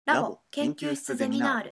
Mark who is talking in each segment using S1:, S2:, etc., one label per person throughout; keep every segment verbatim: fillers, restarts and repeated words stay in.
S1: ラボ研究室ゼミナール。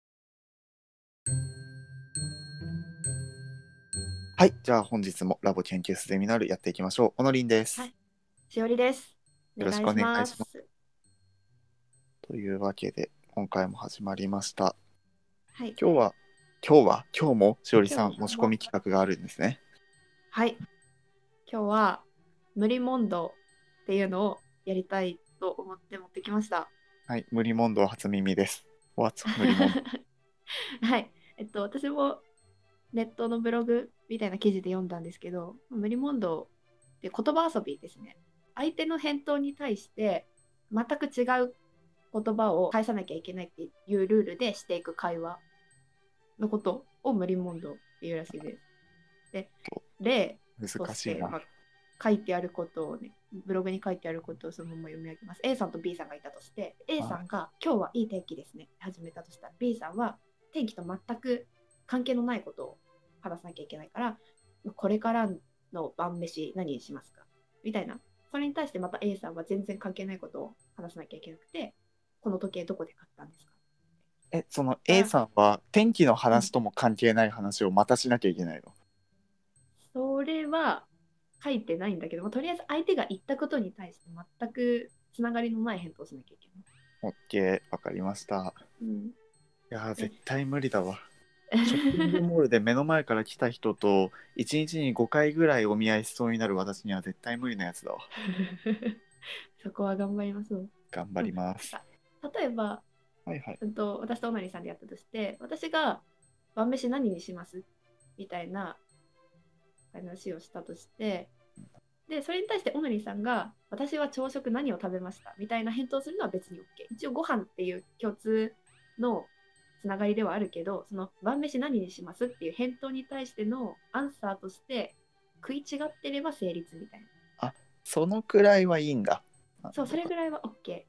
S2: はい、じゃあ本日もラボ研究室ゼミナールやっていきましょう。小野凛です。
S1: はい、しおりです。お
S2: よろしくお
S1: 願いし
S2: 願いします。
S1: ます。
S2: というわけで今回も始まりました。
S1: はい、
S2: 今日は今日は今日もしおりさん
S1: 今日も
S2: 持ち込み企画があるんですね。
S1: はい、今日は無理問答っていうのをやりたいと思って持ってきました。
S2: はい、無理問答初耳です。What 無理問答。
S1: はい、えっと私もネットのブログみたいな記事で読んだんですけど、無理問答って言葉遊びですね。相手の返答に対して全く違う言葉を返さなきゃいけないっていうルールでしていく会話のことを無理問答っていうらしいです。で、例と
S2: 難しいな。
S1: して、まあ、書いてあることをね、ブログに書いてあることをそのまま読み上げます。A さんと B さんがいたとして、A さんが今日はいい天気ですねって始めたとしたら、B さんは天気と全く関係のないことを話さなきゃいけないから、これからの晩飯何にしますかみたいな。それに対してまた A さんは全然関係ないことを話さなきゃいけなくて、この時計どこで買ったんですか
S2: え、その A
S1: だから、
S2: さんは天気の
S1: うん、
S2: 話とも関係ない話をまたしなきゃいけないの？
S1: それは書いてないんだけど、まあ、とりあえず相手が言ったことに対して全くつながりのない返答をしなきゃいけない。
S2: OK、わかりました。
S1: うん、
S2: いやー
S1: で
S2: 絶対無理だわ。ショッピングモールで目の前から来た人といちにちにごかいぐらいお見合いしそうになる私には絶対無理なやつだわ。
S1: そこは頑張りましょう。
S2: 頑張
S1: うん、
S2: ります。
S1: 例えば、
S2: はいはい。
S1: うんと、私とおなりさんでやったとして、私が晩飯何にしますみたいな話をしたとして、で、それに対しておなりさんが、私は朝食何を食べましたみたいな返答するのは別に OK。一応ご飯っていう共通のつながりではあるけど、その晩飯何にしますっていう返答に対してのアンサーとして食い違ってれば成立みたいな。
S2: あ、そのくらいはいいんだ。なる
S1: そう、そ
S2: ほど。
S1: れぐらいは OK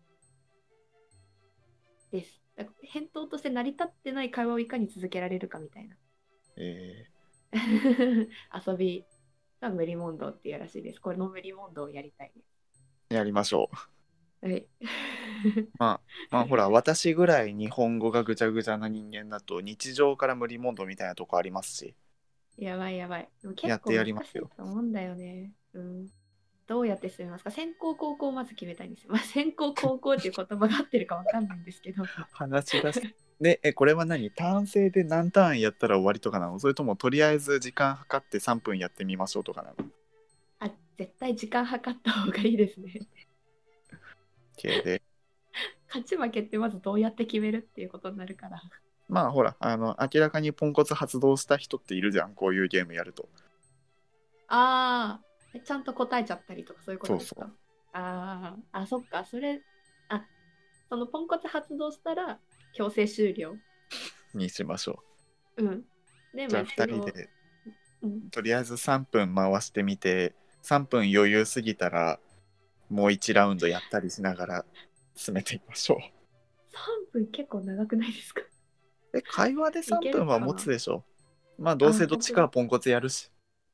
S1: です。だから返答として成り立ってない会話をいかに続けられるかみたいな
S2: え
S1: 遊びが無理問答っていうらしいです。これの無理問答をやりたいで
S2: ー、やりましょう。
S1: す。はい。
S2: まあ、まあほら、私ぐらい日本語がぐちゃぐちゃな人間だと日常から無理問答みたいなとこありますし、
S1: やばいやばい。でも結
S2: やってや
S1: 構難し
S2: りますよ。
S1: いと思うんだよね。うん。どうやって進めますか？先行高校をまず決めたいんですよ。まあ、先行高校っていう言葉が合ってるかわかんないんですけど。
S2: 話し出す。で、え、これは何単性で何ターンやったら終わりとかなの？それともとりあえず時間計ってさんぷんやってみましょうとかなの？
S1: あ、絶対時間計った方がいいですね。
S2: 系で。
S1: 勝ち負けってまずどうやって決めるっていうことになるから。
S2: まあほら、あの、明らかにポンコツ発動した人っているじゃん、こういうゲームやると。
S1: ああ、ちゃんと答えちゃったりとかそういうこ
S2: そうそう。
S1: とですか？ああ、あ、そっか、それ、あ、そのポンコツ発動したら強制終了。
S2: にしましょ
S1: うん。で、
S2: う。じ
S1: まあ
S2: ゃあ2
S1: 一応、
S2: 人で
S1: うん、
S2: とりあえずさんぷん回してみて、さんぷん余裕すぎたらもういちラウンドやったりしながら進めていきましょう。
S1: さんぷん結構長くないですか？
S2: え、会話で3
S1: いける
S2: 分は
S1: かな？
S2: 持つでしょ。まあどう
S1: あ、
S2: せどっ
S1: 本当だ。
S2: ちかはポンコツやるし。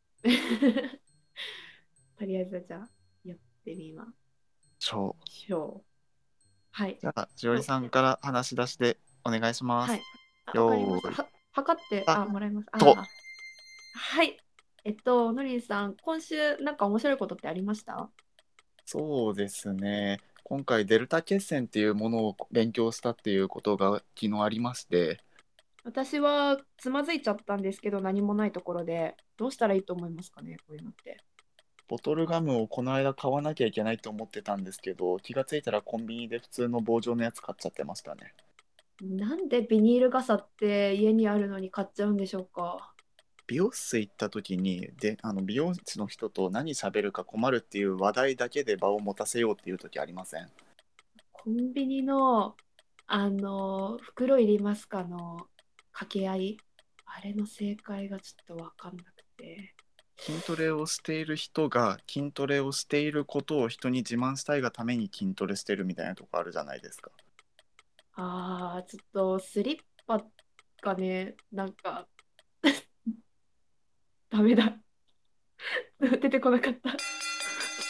S1: とりあえずじゃあやってみま
S2: しょう。
S1: しょう。はい。
S2: じゃあ、しおり
S1: と、
S2: さんから話し出してお願いします。
S1: はい。あ、わかりました。
S2: よーい、
S1: は、測って、
S2: あ
S1: あ、もらいます。
S2: と。
S1: あ、はい。えっと、のりんさん、今週なんか面白いことってありました？
S2: そうですね。今回デルタ血栓っていうものを勉強したっていうことが昨日ありまして、
S1: 私はつまずいちゃったんですけど、何もないところで、どうしたらいいと思いますかね、こういうのって。
S2: ボトルガムをこの間買わなきゃいけないと思ってたんですけど、気がついたらコンビニで普通の棒状のやつ買っちゃってましたね。
S1: なんでビニール傘って家にあるのに買っちゃうんでしょうか？
S2: 美容室行った時にであの美容師の人と何喋るか困るっていう話題だけで場を持たせようっていう時ありません？
S1: コンビニの、あの、袋いりますかの掛け合い、あれの正解がちょっとわかんなくて。
S2: 筋トレをしている人が筋トレをしていることを人に自慢したいがために筋トレしてるみたいなとこあるじゃないですか。
S1: ああ、ちょっとスリッパがね、なんかダメだ。出てこなかった。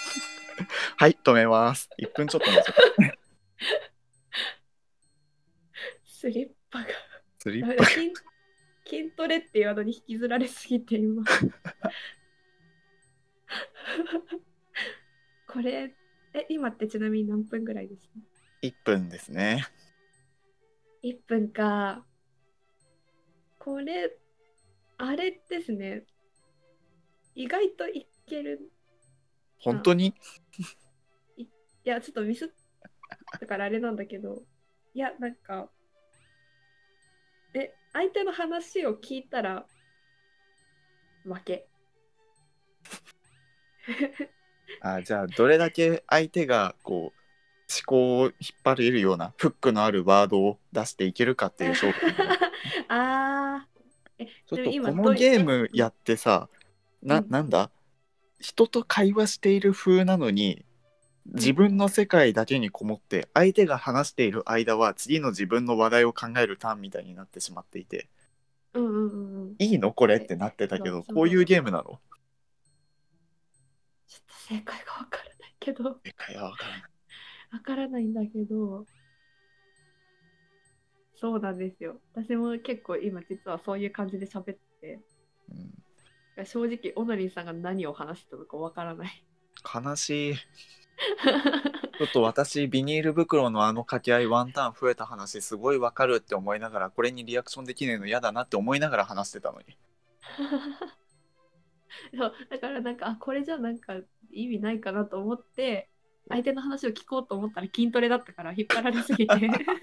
S2: はい、止めます。いっぷんちょっと待ちます。
S1: スリッパが
S2: スリッパが
S1: 筋、筋トレっていうワードに引きずられすぎて今これえ今ってちなみに何分ぐらいですか？
S2: いっぷんですね。
S1: いっぷんか。これあれですね、意外といけるな。
S2: 本当に？
S1: い、いやちょっとミスったからあれなんだけど、いやなんかえ相手の話を聞いたら負け。
S2: あ、じゃあどれだけ相手がこう思考を引っ張れるようなフックのあるワードを出していけるかっていう勝負。
S1: あーえ
S2: ちょっ
S1: でも
S2: とこの
S1: 今どうい
S2: ゲーム
S1: うん
S2: やってさ、な、
S1: うん
S2: なんだ人と会話している風なのに自
S1: うん
S2: 分の世界だけにこもって相手が話している間は次の自分の話題を考えるターンみたいになってしまっていて、
S1: うんうんうんうん。
S2: いいのこれっ
S1: え
S2: てなってた
S1: そう
S2: けど、こういう
S1: そうそう。
S2: ゲームなの？
S1: ちょっと正解がわからないけど、
S2: 正解はわからない。
S1: わからないんだけど、そうなんですよ。私も結構今実はそういう感じで喋って、
S2: うん、
S1: 正直オノリンさんが何を話してたのかわからない。
S2: 悲しい。ちょっと私ビニール袋のあの掛け合いワンターン増えた話すごいわかるって思いながら、これにリアクションできねえの嫌だなって思いながら話してたのに。
S1: そうだからなんかあこれじゃなんか意味ないかなと思って相手の話を聞こうと思ったら筋トレだったから引っ張られすぎて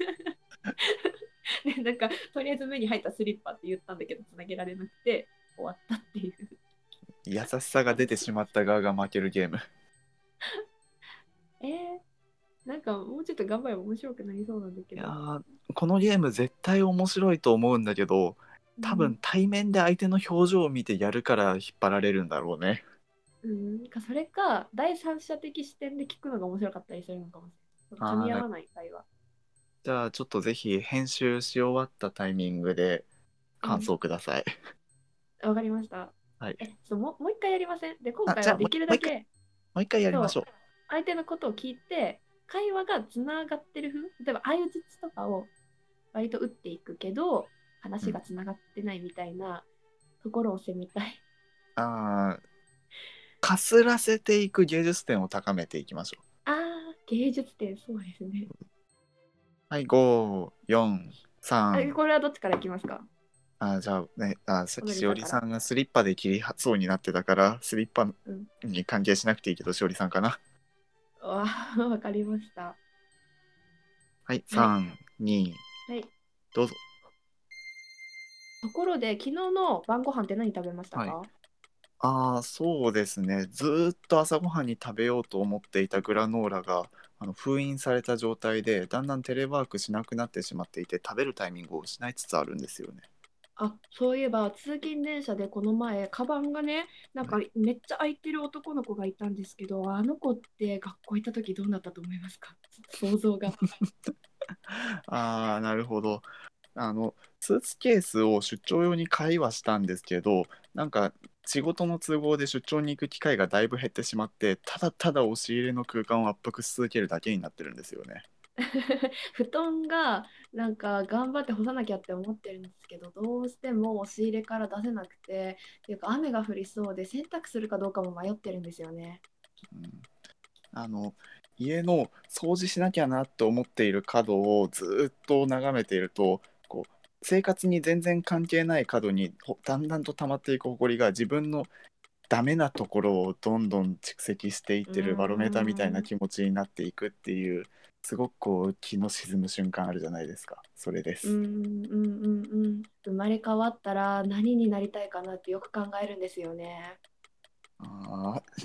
S1: でなんかとりあえず目に入ったスリッパって言ったんだけどつなげられなくて終わったっていう。
S2: 優しさが出てしまった側が負けるゲーム。
S1: えー、なんかもうちょっと頑張れば面白くなりそうなんだけ
S2: いや
S1: ど。
S2: ー、このゲーム絶対面白いと思うんだけど、多
S1: うん
S2: 分対面で相手の表情を見てやるから引っ張られるんだろうね。
S1: うん、かそれか第三者的視点で聞くのが面白かったりするのかもしれない。噛み合
S2: あー、
S1: わない会話。
S2: じゃあちょっとぜひ編集し終わったタイミングで感
S1: うん、
S2: 想ください。
S1: わかりました。
S2: はい。
S1: え、そうもう、もう一回やりません？で、今
S2: あ、じゃあもう、
S1: 回はできる
S2: もう一回、
S1: だけ、
S2: もう一回やり
S1: そう、
S2: ましょう。
S1: 相手のことを聞いて、会話がつながってる風、例えば相槌とかを割と打っていくけど、話がつながってないみたいなところを攻めたい。
S2: ああ、かすらせていく芸術点を高めていきましょう。
S1: あー、芸術点、そうですね。
S2: はい、ご、よん、
S1: あ、
S2: さん。
S1: これはどっちからいきますか？
S2: あ、じゃあね、あ、さっ
S1: 小
S2: き
S1: 野さんから。
S2: しおりさんがスリッパで切りそうになってたから、スリッパ
S1: うん。
S2: に関係しなくていいけど、しおりさんかな。
S1: わわかりました。
S2: はい、
S1: はい。
S2: さん、に、
S1: はい。
S2: どうぞ。
S1: ところで、昨日の晩ご飯って何食べました
S2: はい。
S1: か？
S2: ああ、そうですね。ずーっと朝ごはんに食べようと思っていたグラノーラがあの封印された状態で、だんだんテレワークしなくなってしまっていて、食べるタイミングを失いつつあるんですよね。
S1: あ、そういえば通勤電車でこの前、カバンがね、なんかめっちゃ空いてる男の子がいたんですけど、あの子って学校行った時どうなったと思いますか？ちょっと想像が。
S2: ああ、なるほど。あのスーツケースを出張用に買いはしたんですけど、なんか仕事の都合で出張に行く機会がだいぶ減ってしまって、ただただ押し入れの空間を圧迫し続けるだけになってるんですよね。
S1: 布団がなんか頑張って干さなきゃって思ってるんですけど、どうしても押し入れから出せなくて、っていうか雨が降りそうで洗濯するかどうかも迷ってるんですよね。
S2: うん、あの家の掃除しなきゃなと思っている角をずっと眺めていると、こう生活に全然関係ない角にほだんだんと溜まっていく埃が自分のダメなところをどんどん蓄積していっ
S1: うー
S2: てるバロメーターみたいな
S1: ん。
S2: 気持ちになっていくっていう、すごくこう気の沈む瞬間あるじゃないですか。それです。
S1: うんうんうんうん。生まれ変わったら何になりたいかなってよく考えるんですよね。
S2: あー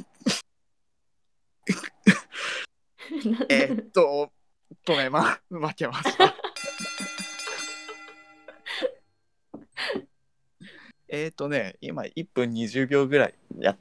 S1: な
S2: えーっと止めま負けました。えーっとね今いっぷんにじゅうびょうぐらいやって、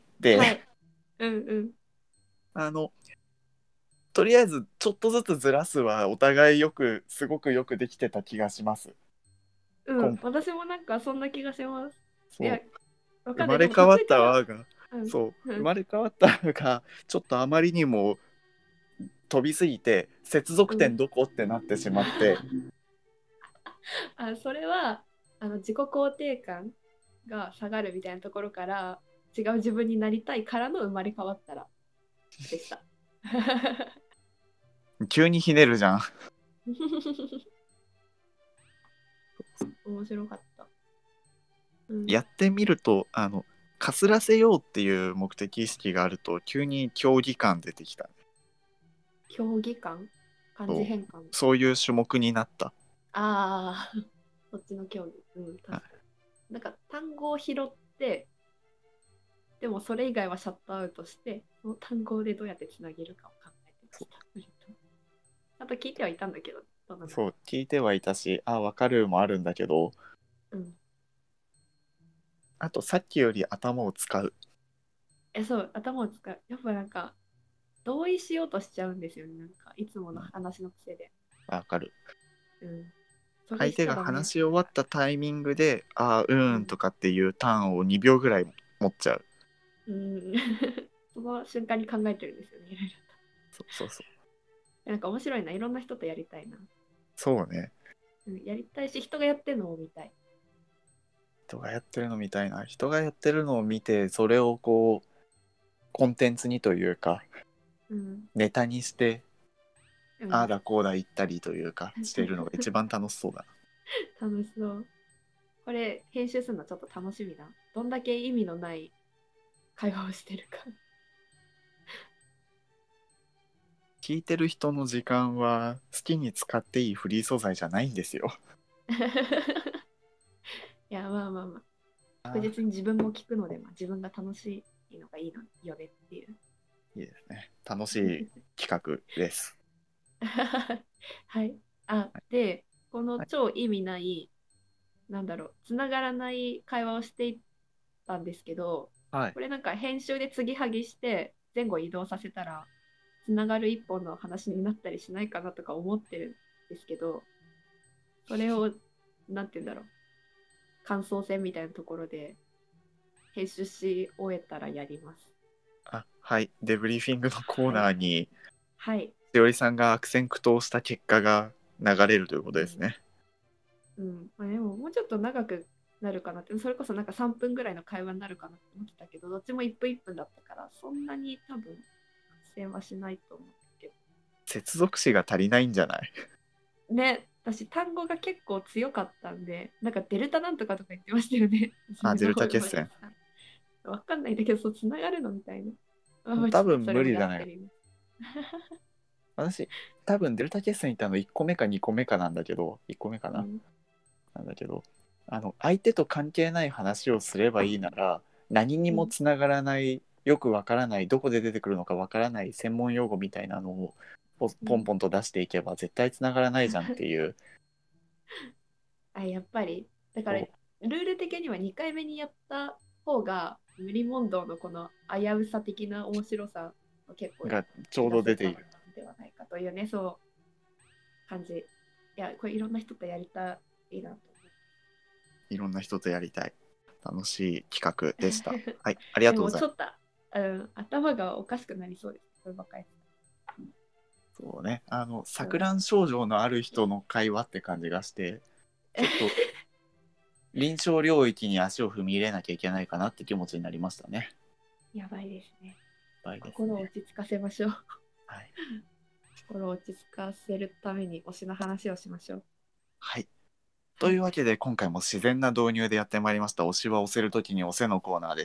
S1: はい。うんうん。
S2: あのとりあえずちょっとずつずらすはお互いよくすごくよくできてた気がします。
S1: うん。
S2: 今
S1: 私もなんかそんな気がします。いや、
S2: そう生
S1: わかんない。でも
S2: まれ変わっ
S1: 途中から、
S2: たわが
S1: うん
S2: そう生
S1: うん
S2: まれ変わったわがちょっとあまりにも飛びすぎて接続
S1: うん。
S2: 点どこってなってしまって、
S1: あ、それはあの自己肯定感が下がるみたいなところから違う自分になりたいからの生まれ変わったらでした。
S2: 急にひねるじゃん。
S1: 面白かった。うん、
S2: やってみると、あのかすらせようっていう目的意識があると急に競技感出てきた。
S1: 競技感、漢字
S2: そう
S1: 変換。
S2: そういう種目になった。
S1: ああ、そっちの競技。うん、確かに。なんか単語を拾って、でもそれ以外はシャットアウトして、その単語でどうやってつなげるかを考えてました。割とあと聞いてはいたんだけど、どんなのか。
S2: そう聞いてはいたし、あ分かるもあるんだけど、
S1: うん。
S2: あとさっきより頭を使う。
S1: え、そう、頭を使う。やっぱなんか、同意しようとしちゃうんですよね。なんか、いつもの話の癖で。
S2: 分かる。
S1: うん。それ
S2: 相手が
S1: しちゃダメ
S2: 話し終わっ
S1: みたいな。
S2: たタイミングであーうーん
S1: うん。
S2: とかっていうターンをにびょうぐらい持っちゃう。
S1: うん。その瞬間に考えてるんですよね。いろいろ
S2: そうそうそう。
S1: と。なんか面白いな。いろんな人とやりたいな。
S2: そうね。
S1: うん、やりたいし、人がやってるのを見たい。
S2: 人がやってるのみたいな。人がやってるのを見て、それをこうコンテンツにというか
S1: うん。
S2: ネタにして
S1: うん、
S2: ああだこうだ言ったりというかしてるのが一番楽しそうだな。
S1: 楽しそう。これ、編集するのちょっと楽しみだ。どんだけ意味のない会話をしてるか。
S2: 聞いてる人の時間は好きに使っていいフリー素材じゃないんですよ。
S1: いや、まあまあまあ。確実に自分も聞くので、まあ、自分が楽しいのがいいのよねっていう。
S2: いいですね。楽しい企画です。
S1: はい。あ、で、この
S2: はい。
S1: 超意味ない、なんだろう、つながらない会話をしていったんですけど、
S2: はい。
S1: これなんか編集で継ぎはぎして前後移動させたら、つながる一本の話になったりしないかなとか思ってるんですけど、それを、なんて言うんだろう、感想戦みたいなところで編集し終えたらやります。
S2: あ、はい。デブリーフィングのコー
S1: はい。
S2: ナーに、
S1: はい。
S2: しおりさんが悪戦苦闘した結果が流れるということです
S1: うん
S2: ね。
S1: うん。まあ、でも、もうちょっと長くなるかなって、それこそなんかさんぷんぐらいの会話になるかなって思ってたけど、どっちもいっぷんいっぷんだったから、そんなに多分、苦戦はしないと思うけ
S2: 接続詞が足りないんじゃない？
S1: ど。ね、私、単語が結構強かったんで、なんかデルタなんとかとか言ってましたよね。初
S2: あ、デル
S1: めの方の
S2: タ決戦。
S1: さん。わかんないんだけど、そう、つながるのみたいな。あ、まあ、
S2: 多分
S1: ちょっとそれも
S2: 無理じゃない。
S1: やってる今。
S2: 私、多分デルタ決戦行ったのいっこめかにこめかなんだけど、いっこめかな
S1: うん。
S2: なんだけど、あの、相手と関係ない話をすればいいなら、何に
S1: うん。
S2: もつながらない、よくわからない、どこで出てくるのかわからない専門用語みたいなのをポ
S1: うん。
S2: ポンポンと出していけば絶対つながらないじゃんっていう。
S1: あ、やっぱり。だから、ル
S2: そう
S1: ール的にはにかいめにやった方が、無理問答のこの危うさ的な面白さを結構
S2: がちょう
S1: 引き出せたの
S2: ど出ている。
S1: ではないかというね、そう感じ。いや、これいろんな人とやりたいなと思
S2: いろんな人とやりたい。楽しい企画でした。
S1: う。
S2: はい、ありが
S1: で
S2: とうございます。
S1: もちょっと、うん、頭がおかしくなりそうです。こればっかり。
S2: そうね、あの、錯
S1: うん。
S2: 乱症状のある人の会話って感じがして、ちょっと臨床領域に足を踏み入れなきゃいけないかなって気持ちになりましたね。
S1: やばいですね。
S2: はいです
S1: 心を
S2: ね。
S1: 落ち着かせましょう。
S2: はい。
S1: 心を落ち着かせるために推しの話をしましょう。
S2: はい。
S1: はい。
S2: というわけで今回も自然な導入でやってまいりました推しは押せるときに押せのコーナーです。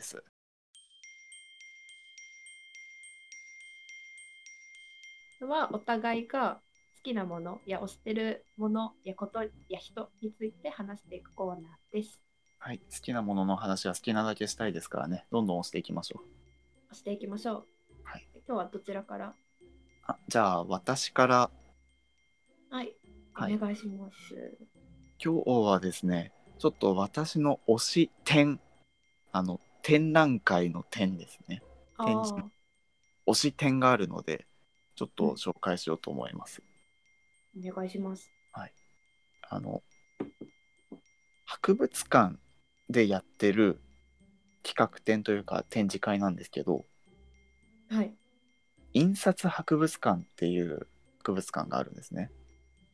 S1: はお互いが好きなものや推してるものやことや人について話していくコーナーです。
S2: はい。好きなものの話は好きなだけしたいですからね。どんどん押していきましょう。
S1: 押していきましょう。
S2: はい。
S1: 今日はどちらから？
S2: あ、じゃあ私から。
S1: はい、お
S2: はい。
S1: 願いします。
S2: 今日はですね、ちょっと私の推し展、あの、展覧会の展ですね。展示、
S1: ああ、
S2: 推し展があるので、ちょっ
S1: うん、
S2: と紹介しようと思います。
S1: お願いします。
S2: はい。あの、博物館でやってる企画展というか展示会なんですけど、
S1: はい。
S2: 印刷博物館っていう博物館があるんですね。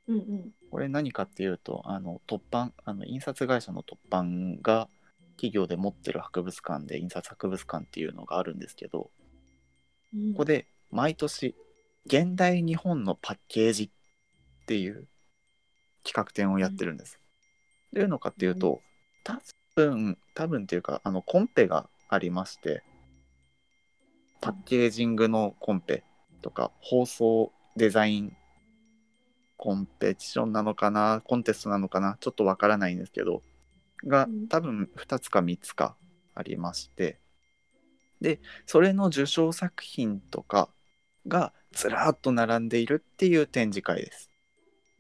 S1: うんうん。
S2: これ何かっていうと、あの突版あの印刷会社の突版が企業で持ってる博物館で印刷博物館っていうのがあるんですけど、
S1: うん。
S2: ここで毎年現代日本のパッケージっていう企画展をやってるんです。どういうのかっていうと、多分多分っていうか、あのコンペがありまして、パッケージングのコンペとか放送デザインコンペティションなのかな、コンテストなのかな、ちょっとわからないんですけど、が
S1: うん
S2: 多分ふたつかみっつかありまして、でそれの受賞作品とかがずらーっと並んでいるっていう展示会です。
S1: うん。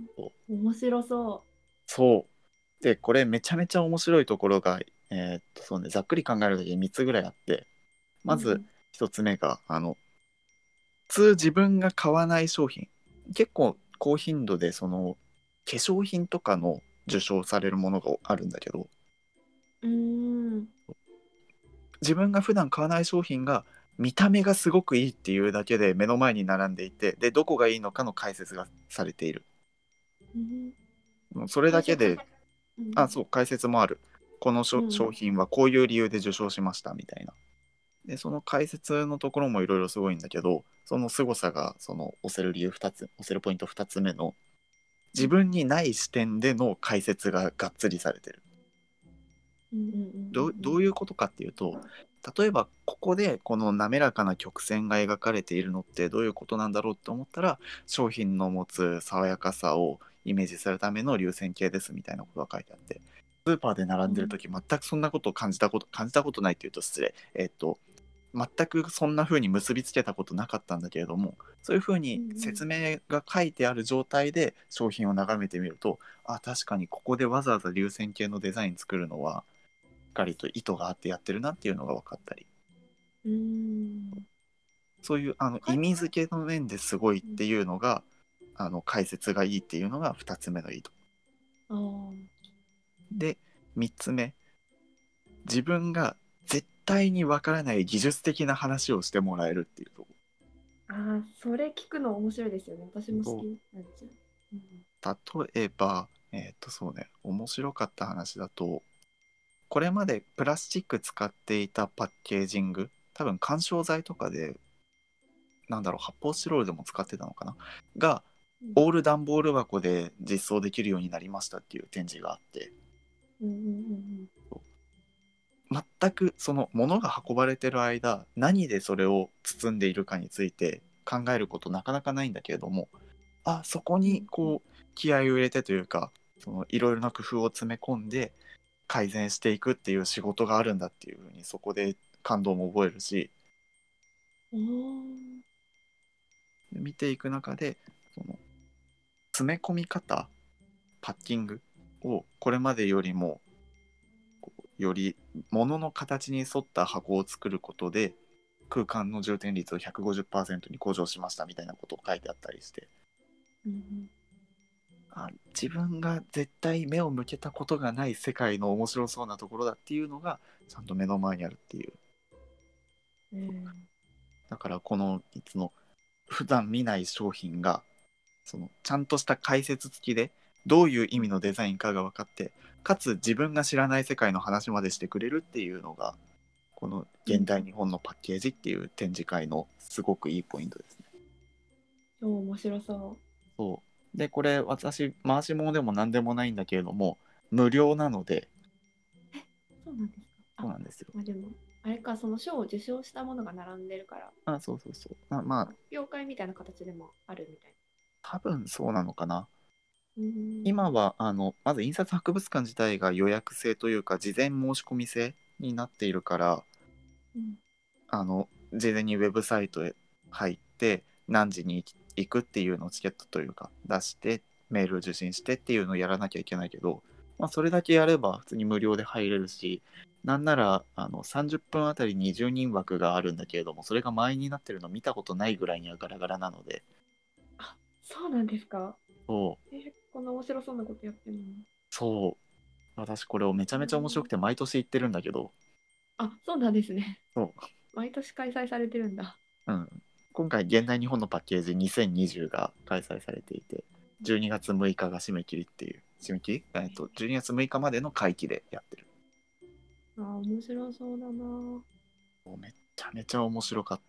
S1: 面白そ
S2: そうで、これめちゃめちゃ面白いところが、えーっとそうね、ざっくり考えるだけでみっつぐらいあって、
S1: う。う
S2: まず
S1: ん
S2: ひとつめが、あの普通自分が買わない商品、結構高頻度でその化粧品とかの受賞されるものがあるんだけど、
S1: うん。うーん。
S2: 自分が普段買わない商品が見た目がすごくいいっていうだけで目の前に並んでいて、でどこがいいのかの解説がされている。
S1: うん。
S2: もうそれだ
S1: 解説。
S2: けで、
S1: うん。
S2: あ、そう、解説もある。この商
S1: うん。
S2: 品はこういう理由で受賞しましたみたいな。でその解説のところもいろいろすごいんだけど、その凄さがその押せる理由ふたつ、押せるポイントふたつめの自分にない視点での解説ががっつりされてる。
S1: うんうんうん
S2: どうどういうことかっていうと、例えばここでこの滑らかな曲線が描かれているのってどういうことなんだろうって思ったら、商品の持つ爽やかさをイメージするための流線形ですみたいなことが書いてあって、スーパーで並んでる時全くそんなことを感じたこと感じたことないっていうと失礼、えっと全くそんな風に結びつけたことなかったんだけれども、そういう風に
S1: うんうん
S2: 説明が書いてある状態で商品を眺めてみると、あ、確かにここでわざわざ流線形のデザイン作るのはしっかりと意図があってやってるなっていうのが分かったり、
S1: うん。うーん。
S2: そういうあの
S1: かい。
S2: 意味付けの面ですごいっ
S1: うん。
S2: ていうのが、あの解説がいいっていうのがふたつめのいいと。
S1: ああ。
S2: でみっつめ、自分が絶対に分からない技術的な話をしてもらえるっていうとこ
S1: ああ、それ聞くの面白いですよね。私も好き
S2: ろ。
S1: になっちゃう。うん
S2: 例えば、えっ、とそうね、面白かった話だと、これまでプラスチック使っていたパッケージング、多分緩衝材とかで、なんだろう、発泡スチロールでも使ってたのかな、が、
S1: うん
S2: オール段ボール箱で実装できるようになりましたっていう展示があって、
S1: うんうんうん
S2: 全くその物が運ばれてる間、何でそれを包んでいるかについて考えることなかなかないんだけれども、あ、そこ
S1: うん
S2: にこう気合を入れてというか、そのいろいろな工夫を詰め込んで改善していくっていう仕事があるんだっていうふうに、そこで感動も覚えるし、
S1: うん。
S2: 見ていく中でその詰め込み方、パッキングをこれまでよりもより物の形に沿った箱を作ることで空間の充填率をひゃくごじゅっパーセントに向上しましたみたいなことを書いてあったりして、
S1: うんうん
S2: あ、自分が絶対目を向けたことがない世界の面白そうなところだっていうのがちゃんと目の前にあるっていう。
S1: うん。
S2: だからこのいつの普段見ない商品がそのちゃんとした解説付きでどういう意味のデザインかが分かって、かつ自分が知らない世界の話までしてくれるっていうのがこの現代日本のパッケージっていう展示会のすごくいいポイントですね。
S1: 超面白そ
S2: そうで、これ私回し物でも何でもないんだけれども無料なので。
S1: う。え、そうなんですか。あ、
S2: そうなんですよ。
S1: まあでも、あれか、その賞を受賞したものが並んでるから、
S2: あ、そうそうそう。まあ、まあ、
S1: 発表会みたいな形でもあるみたい
S2: 多分そうなのかな。
S1: な。うん。
S2: 今はあのまず印刷博物館自体が予約制というか事前申し込み制になっているから、
S1: うん。
S2: あの事前にウェブサイトへ入って何時に行くっていうのをチケットというか出してメールを受信してっていうのをやらなきゃいけないけど、まあ、それだけやれば普通に無料で入れるし、なんならあのさんじゅっぷんあたりにじゅうにん枠があるんだけれども、それが満員になってるの見たことないぐらいにはガラガラなので。
S1: あ、そうなんですか。
S2: そう
S1: えーこんな面白そうなことやってるのに。
S2: そう、私これをめちゃめちゃ面白くて毎年行ってるんだけど。
S1: あ、そうなんですね。
S2: そ
S1: 毎年開催されてるんだ。
S2: う、うん、今回現代日本のパッケージにせんにじゅうが開催されていて、 じゅうにがつむいかが締め切りっていう、締め切り、えっと、じゅうにがつむいかまでの会期でやってる。
S1: ああ、面白そうだな。
S2: めっちゃめちゃ面白かった。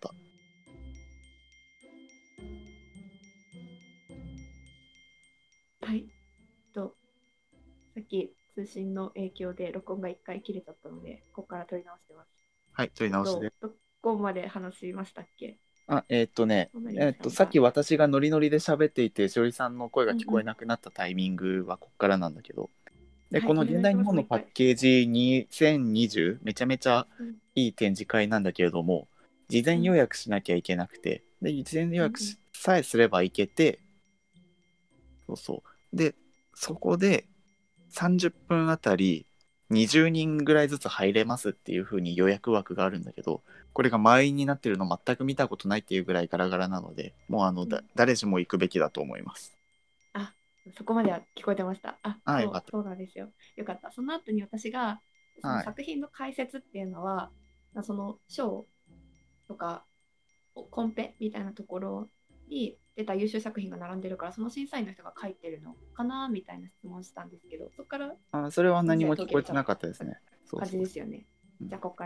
S1: はい。と、さっき通信の影響で録音がいっかい切れちゃったので、ここから取り直してます。
S2: はい、取り直しで。
S1: えっと、どこまで話しましたっけ？
S2: あ、えーっとね、
S1: 小成
S2: えーっと、
S1: さんが。
S2: さっき私がノリノリで喋っていて、しおりさんの声が聞こえ
S1: うんうん。
S2: なくなったタイミングはここからなんだけど、で、
S1: はい、
S2: この
S1: お願いします、
S2: 現代日本の
S1: もう一回。
S2: パッケージにせんにじゅう、めちゃめちゃ
S1: うん
S2: いい展示会なんだけれども、事前予
S1: うん
S2: 約しなきゃいけなくて、で、事前予約
S1: うんうん。
S2: さえすればいけて、そうそう。で、そこでさんじゅっぷんあたりにじゅうにんぐらいずつ入れますっていう風に予約枠があるんだけど、これが満員になってるの全く見たことないっていうぐらいガラガラなので、もうあの、だ
S1: うん。
S2: 誰しも行くべきだと思います。
S1: あ、そこまでは聞こえてました。あ、
S2: ああ、よかっ
S1: そう、そうなんですよ。よかった。その後に私が、
S2: た。
S1: その
S2: はい。
S1: 作品の解説っていうのは、その賞とかコンペみたいなところに出た優秀作品が並んでるから、その審査員の人が書いてるのかなみたいな質問したんですけど、そこから
S2: あ、それは
S1: 音
S2: 何も聞
S1: 声途切れちゃっ
S2: こえてなかったです
S1: た
S2: ね。そう
S1: 感じ
S2: そう
S1: ですよね。
S2: そう。うん、
S1: じゃあ、ここから。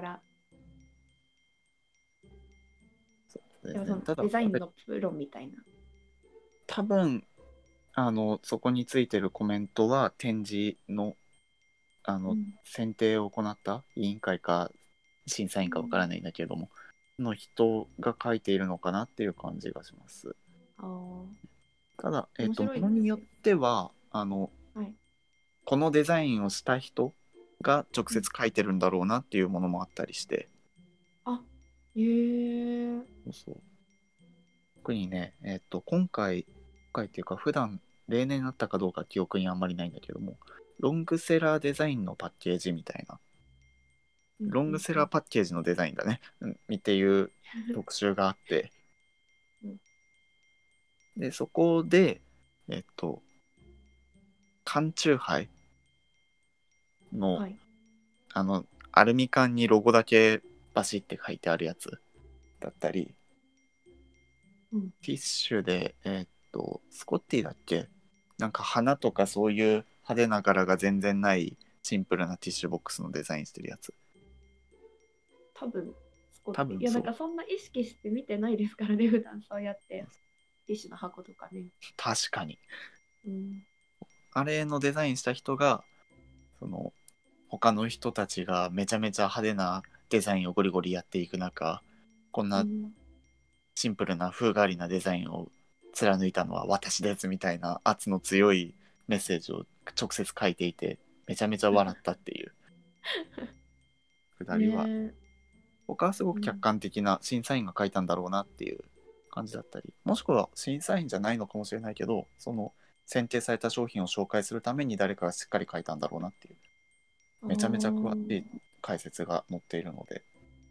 S2: そうですね。
S1: でもその
S2: ただ、これ、
S1: デザインのプロみたいな。
S2: 多分、あの、そこについてるコメントは展示の、あの、
S1: うん。
S2: 選定を行った委員会か審査員かわからないんだけれども、の人が書いているのかなっていう感じがします。
S1: ああ、
S2: ただ、えっと、も
S1: 面白い
S2: のによっ
S1: ですよ。
S2: ては、あの、
S1: はい。
S2: このデザインをした人が直
S1: うん。
S2: 接書いてるんだろうなっていうものもあったりして、
S1: あ、へえ。
S2: そうそう。特にね、えっと、今回、今回っていうか、普段、例年あったかどうか記憶にあんまりないんだけども、ロングセラーデザインのパッケージみたいな、
S1: うん
S2: ロング
S1: うんうん。
S2: セラーパッケージのデザインだね、うん、っていう特集があって、
S1: うん。
S2: で、そこで、えっと、缶チューハイの、
S1: はい。
S2: あの、アルミ缶にロゴだけバシって書いてあるやつだったり、
S1: うん。
S2: ティッシュで、えーっと、スコッティだっけ、なんか花とかそういう派手な柄が全然ないシンプルなティッシュボックスのデザインしてるやつ。
S1: 多分、スコッティ。いや、なん
S2: 多分そう。
S1: かそんな意識して見てないですからね、普段そうやって。ティッシュの箱とかね。
S2: 確かに。
S1: うん。
S2: あれのデザインした人が、その、他の人たちがめちゃめちゃ派手なデザインをゴリゴリやっていく中、こんな
S1: うん。
S2: シンプルな風変わりなデザインを貫いたのは私ですみたいな圧の強いメッセージを直接書いていて、めちゃめちゃ笑ったっていうくだりは、
S1: ねえ。
S2: 僕はすごく客
S1: うん。
S2: 観的な審査員が書いたんだろうなっていう感じだったり、もしくは審査員じゃないのかもしれないけど、その選定された商品を紹介するために誰かがしっかり書いたんだろうなっていう、
S1: あ
S2: めちゃめちゃ詳しい
S1: あ。
S2: 解説が載っているので、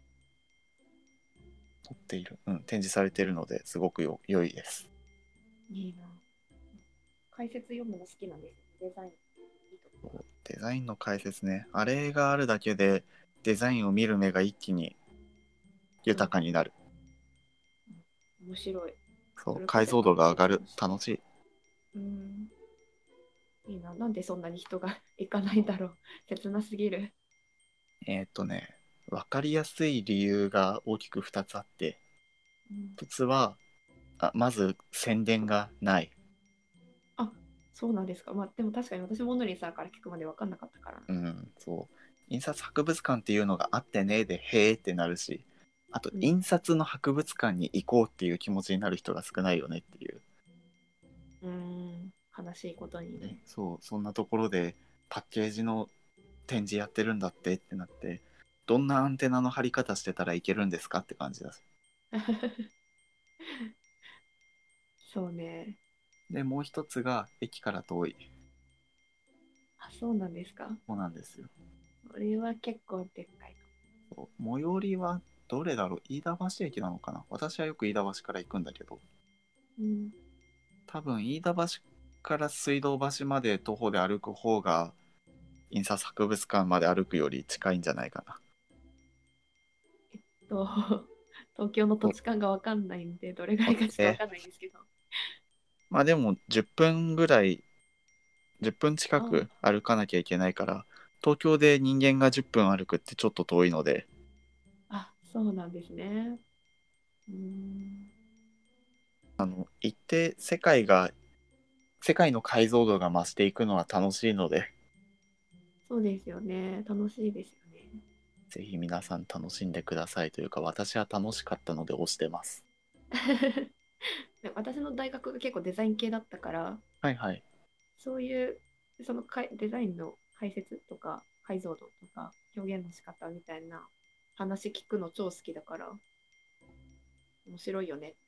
S2: 載っている、うん、展示されているのですごくよ良いです。
S1: いいな。解説読むの好きなんです。デザイン。いいところが。
S2: デザインの解説ね、あれがあるだけでデザインを見る目が一気に
S1: うん。
S2: 豊かになる。
S1: うん、面白い。
S2: そう、
S1: それこ
S2: 解像度
S1: そ学
S2: が上がる。
S1: 習して。
S2: 楽しい。
S1: うん。いいな。なんでそんなに人が行かないんだろう。切なすぎる。
S2: えーっとね、分かりやすい理由が大きくふたつあって、
S1: うん。
S2: 一つは、あまず宣伝がない。
S1: あ、そうなんですか。まあ、でも確かに私もオノリンさんから聞くまで分かんなかったからな。
S2: うん、そう。印刷博物館っていうのがあってねで、へーってなるし、あと、
S1: うん。
S2: 印刷の博物館に行こうっていう気持ちになる人が少ないよねっていう。
S1: うーん。悲しいことに
S2: ね、
S1: ね。
S2: そう、そんなところでパッケージの展示やってるんだってってなって、どんなアンテナの張り方してたらいけるんですかって感じだ。
S1: そうね。
S2: で、もう一つが駅から遠い。
S1: あ、そうなんですか。
S2: そうなんですよ。
S1: これは結構でっかいか
S2: そう、最寄りはどれだろう、飯田橋駅なのかな。私はよく飯田橋から行くんだけど、
S1: も。うん。
S2: 多分飯田橋から水道橋まで徒歩で歩く方が印刷博物館まで歩くより近いんじゃないかな。
S1: と、東京の土
S2: そう、
S1: 地勘が分かんないんで、どれぐらいかちょっと分
S2: そうね。
S1: かんないんですけど。
S2: まあでもじゅっぷんぐらい、じゅっぷん近
S1: あ
S2: く歩かなきゃいけないから、東京で人間がじゅっぷん歩くってちょっと遠いので、
S1: あ、そうなんですね。うーん。
S2: あの行って世界が世界の解像度が増していくのは楽しいので、
S1: そうですよね。楽しいですよね。
S2: ぜひ皆さん楽しんでくださいというか、私は楽しかったので推してます。
S1: で私の大学が結構デザイン系だったから、
S2: はいはい。
S1: そういうそのかいデザインの解説とか解像度とか表現の仕方みたいな話聞くの超好きだから面白いよね。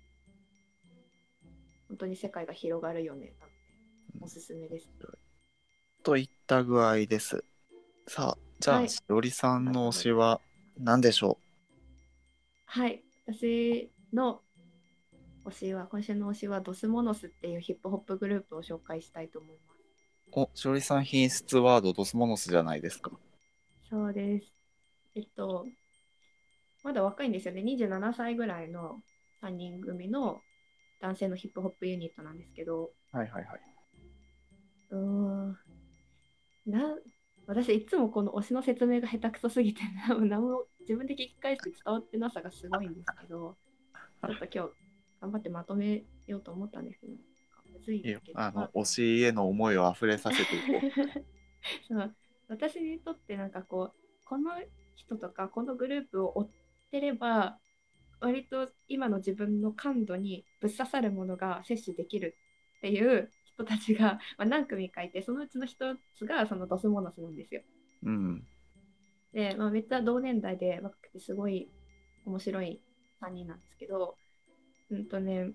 S1: 本当に世界が広がるよね。なのでおすすめです。
S2: といった具合です。さあ、じゃあ、
S1: はい。
S2: しおりさ
S1: ありが
S2: んの
S1: とうございます。
S2: 推しは何でしょ
S1: はい。私の推しは、今週の推しはドスモノスっていうヒップホップグループを紹介したいと思います。
S2: う？お、しおりさん品質ワードドスモノスじゃないですか。
S1: そうです。えっと、まだ若いんですよね。にじゅうななさいぐらいのさんにん組の男性のヒップホップユニットなんですけど、
S2: はいはいはい。
S1: うーん、な、私いつもこの推しの説明が下手くそすぎて、何も自分で聞き返して伝わってなさがすごいんですけど、ちょっと今日頑張ってまとめようと思ったんですけど、むずいん
S2: いいよ。
S1: だけど、
S2: あの、
S1: まあ、
S2: 推しへの思いを溢れさせていこ
S1: その私にとってなんかこう、この人とかこのグループを追ってれば、割と今の自分の感度にぶっ刺さるものが摂取できるっていう人たちが、まあ、何組かいて、そのうちの一つがそのドスモノスなんですよ。
S2: う。うん。
S1: で、まあ、めっちゃ同年代で若くてすごい面白いさんにんなんですけど、うんとね、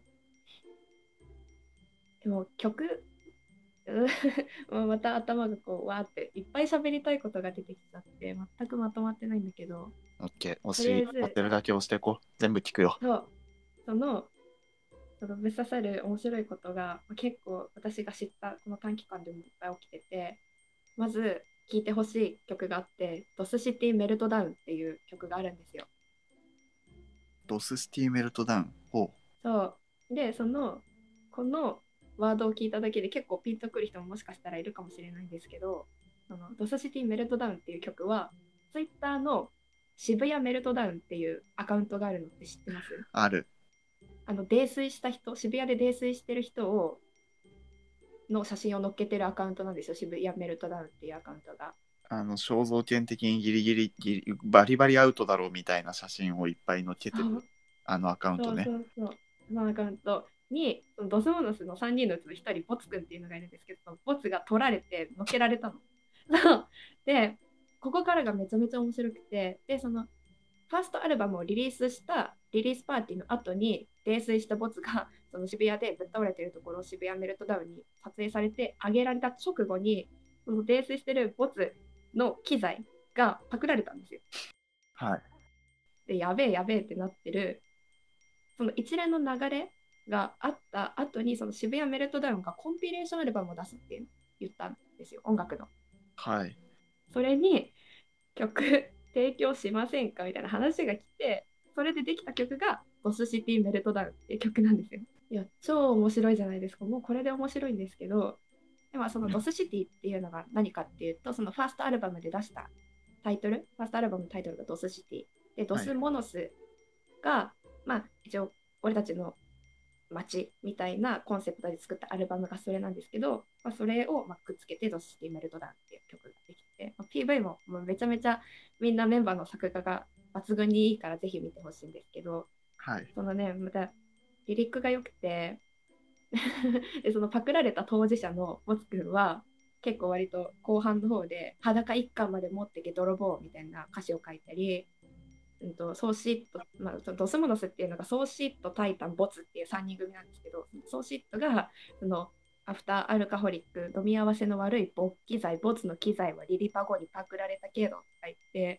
S1: でも曲、もうまた頭がこうわーっていっぱい喋りたいことが出てきちゃって全くまとまってないんだけど、
S2: オッケー。推
S1: とりあ
S2: し当て
S1: えず
S2: るだけ押していこう。全部聞くよ。
S1: そうそのそのぶっ刺さる面白いことが結構私が知ったこの短期間でもいっぱい起きてて、まず聴いてほしい曲があって、ドスシティメルトダウンっていう曲があるんですよ。
S2: ドスシティメルトダウン。ほ
S1: そうで、そのこのワードを聞いただけで結構ピンとくる人ももしかしたらいるかもしれないんですけど、そのドスシティメルトダウンっていう曲はツイッターの渋谷メルトダウンっていうアカウントがあるのって知ってます？
S2: う。ある。
S1: あの泥酔した人、渋谷で泥酔してる人をの写真を載っけてるアカウントなんですよ、渋谷メルトダウンっていうアカウントが。
S2: あの、肖像権的にギリギリ、ギリバリバリアウトだろうみたいな写真をいっぱい載っけてる。
S1: そう
S2: あのアカウント
S1: そう
S2: ね。
S1: そうそう。そのアカウントに、そのドスモノスのさんにんのうちのひとり、ボツくんっていうのがいるんですけど、そのボツが取られて、乗っけられたの。そうで、ここからがめちゃめちゃ面白くて、で、その、ファーストアルバムをリリースしたリリースパーティーの後に、泥酔したボツがその渋谷でぶっ倒れてるところを渋谷メルトダウンに撮影されて、上げられた直後に、その泥酔してるボツの機材がパクられたんですよ。
S2: はい。
S1: で、やべえやべえってなってるその一連の流れがあった後に、その渋谷メルトダウンがコンピレーションアルバムを出すって言ったんですよ、音楽の。
S2: はい。
S1: それに曲提供しませんかみたいな話が来て、それでできた曲がドスシティメルトダウンっていう曲なんですよ。いや、超面白いじゃないですか。もうこれで面白いんですけど、でもそのドスシティっていうのが何かっていうと、そのファーストアルバムで出したタイトル、ファーストアルバムのタイトルがドスシティ。で、ド
S2: はい。
S1: スモノスが、まあ、一応、俺たちの街みたいなコンセプトで作ったアルバムがそれなんですけど、まあ、それをまあくっつけてドスティメルトダウンっていう曲ができて、まあ、ピーブイ ももうめちゃめちゃみんなメンバーの作画が抜群にいいからぜひ見てほしいんですけど、
S2: はい。
S1: そのね、またリリックが良くてで、そのパクられた当事者のボツ君は結構割と後半の方で裸一貫まで持ってけ泥棒みたいな歌詞を書いたり、うんと、ソーシット、まあ、ドスモノスっていうのがソーシット、タイタン、ボツっていうさんにん組なんですけど、ソーシットがそのアフターアルカホリック、飲み合わせの悪い勃起剤、ボツの機材はリリパ語にパクられたけどとか言って、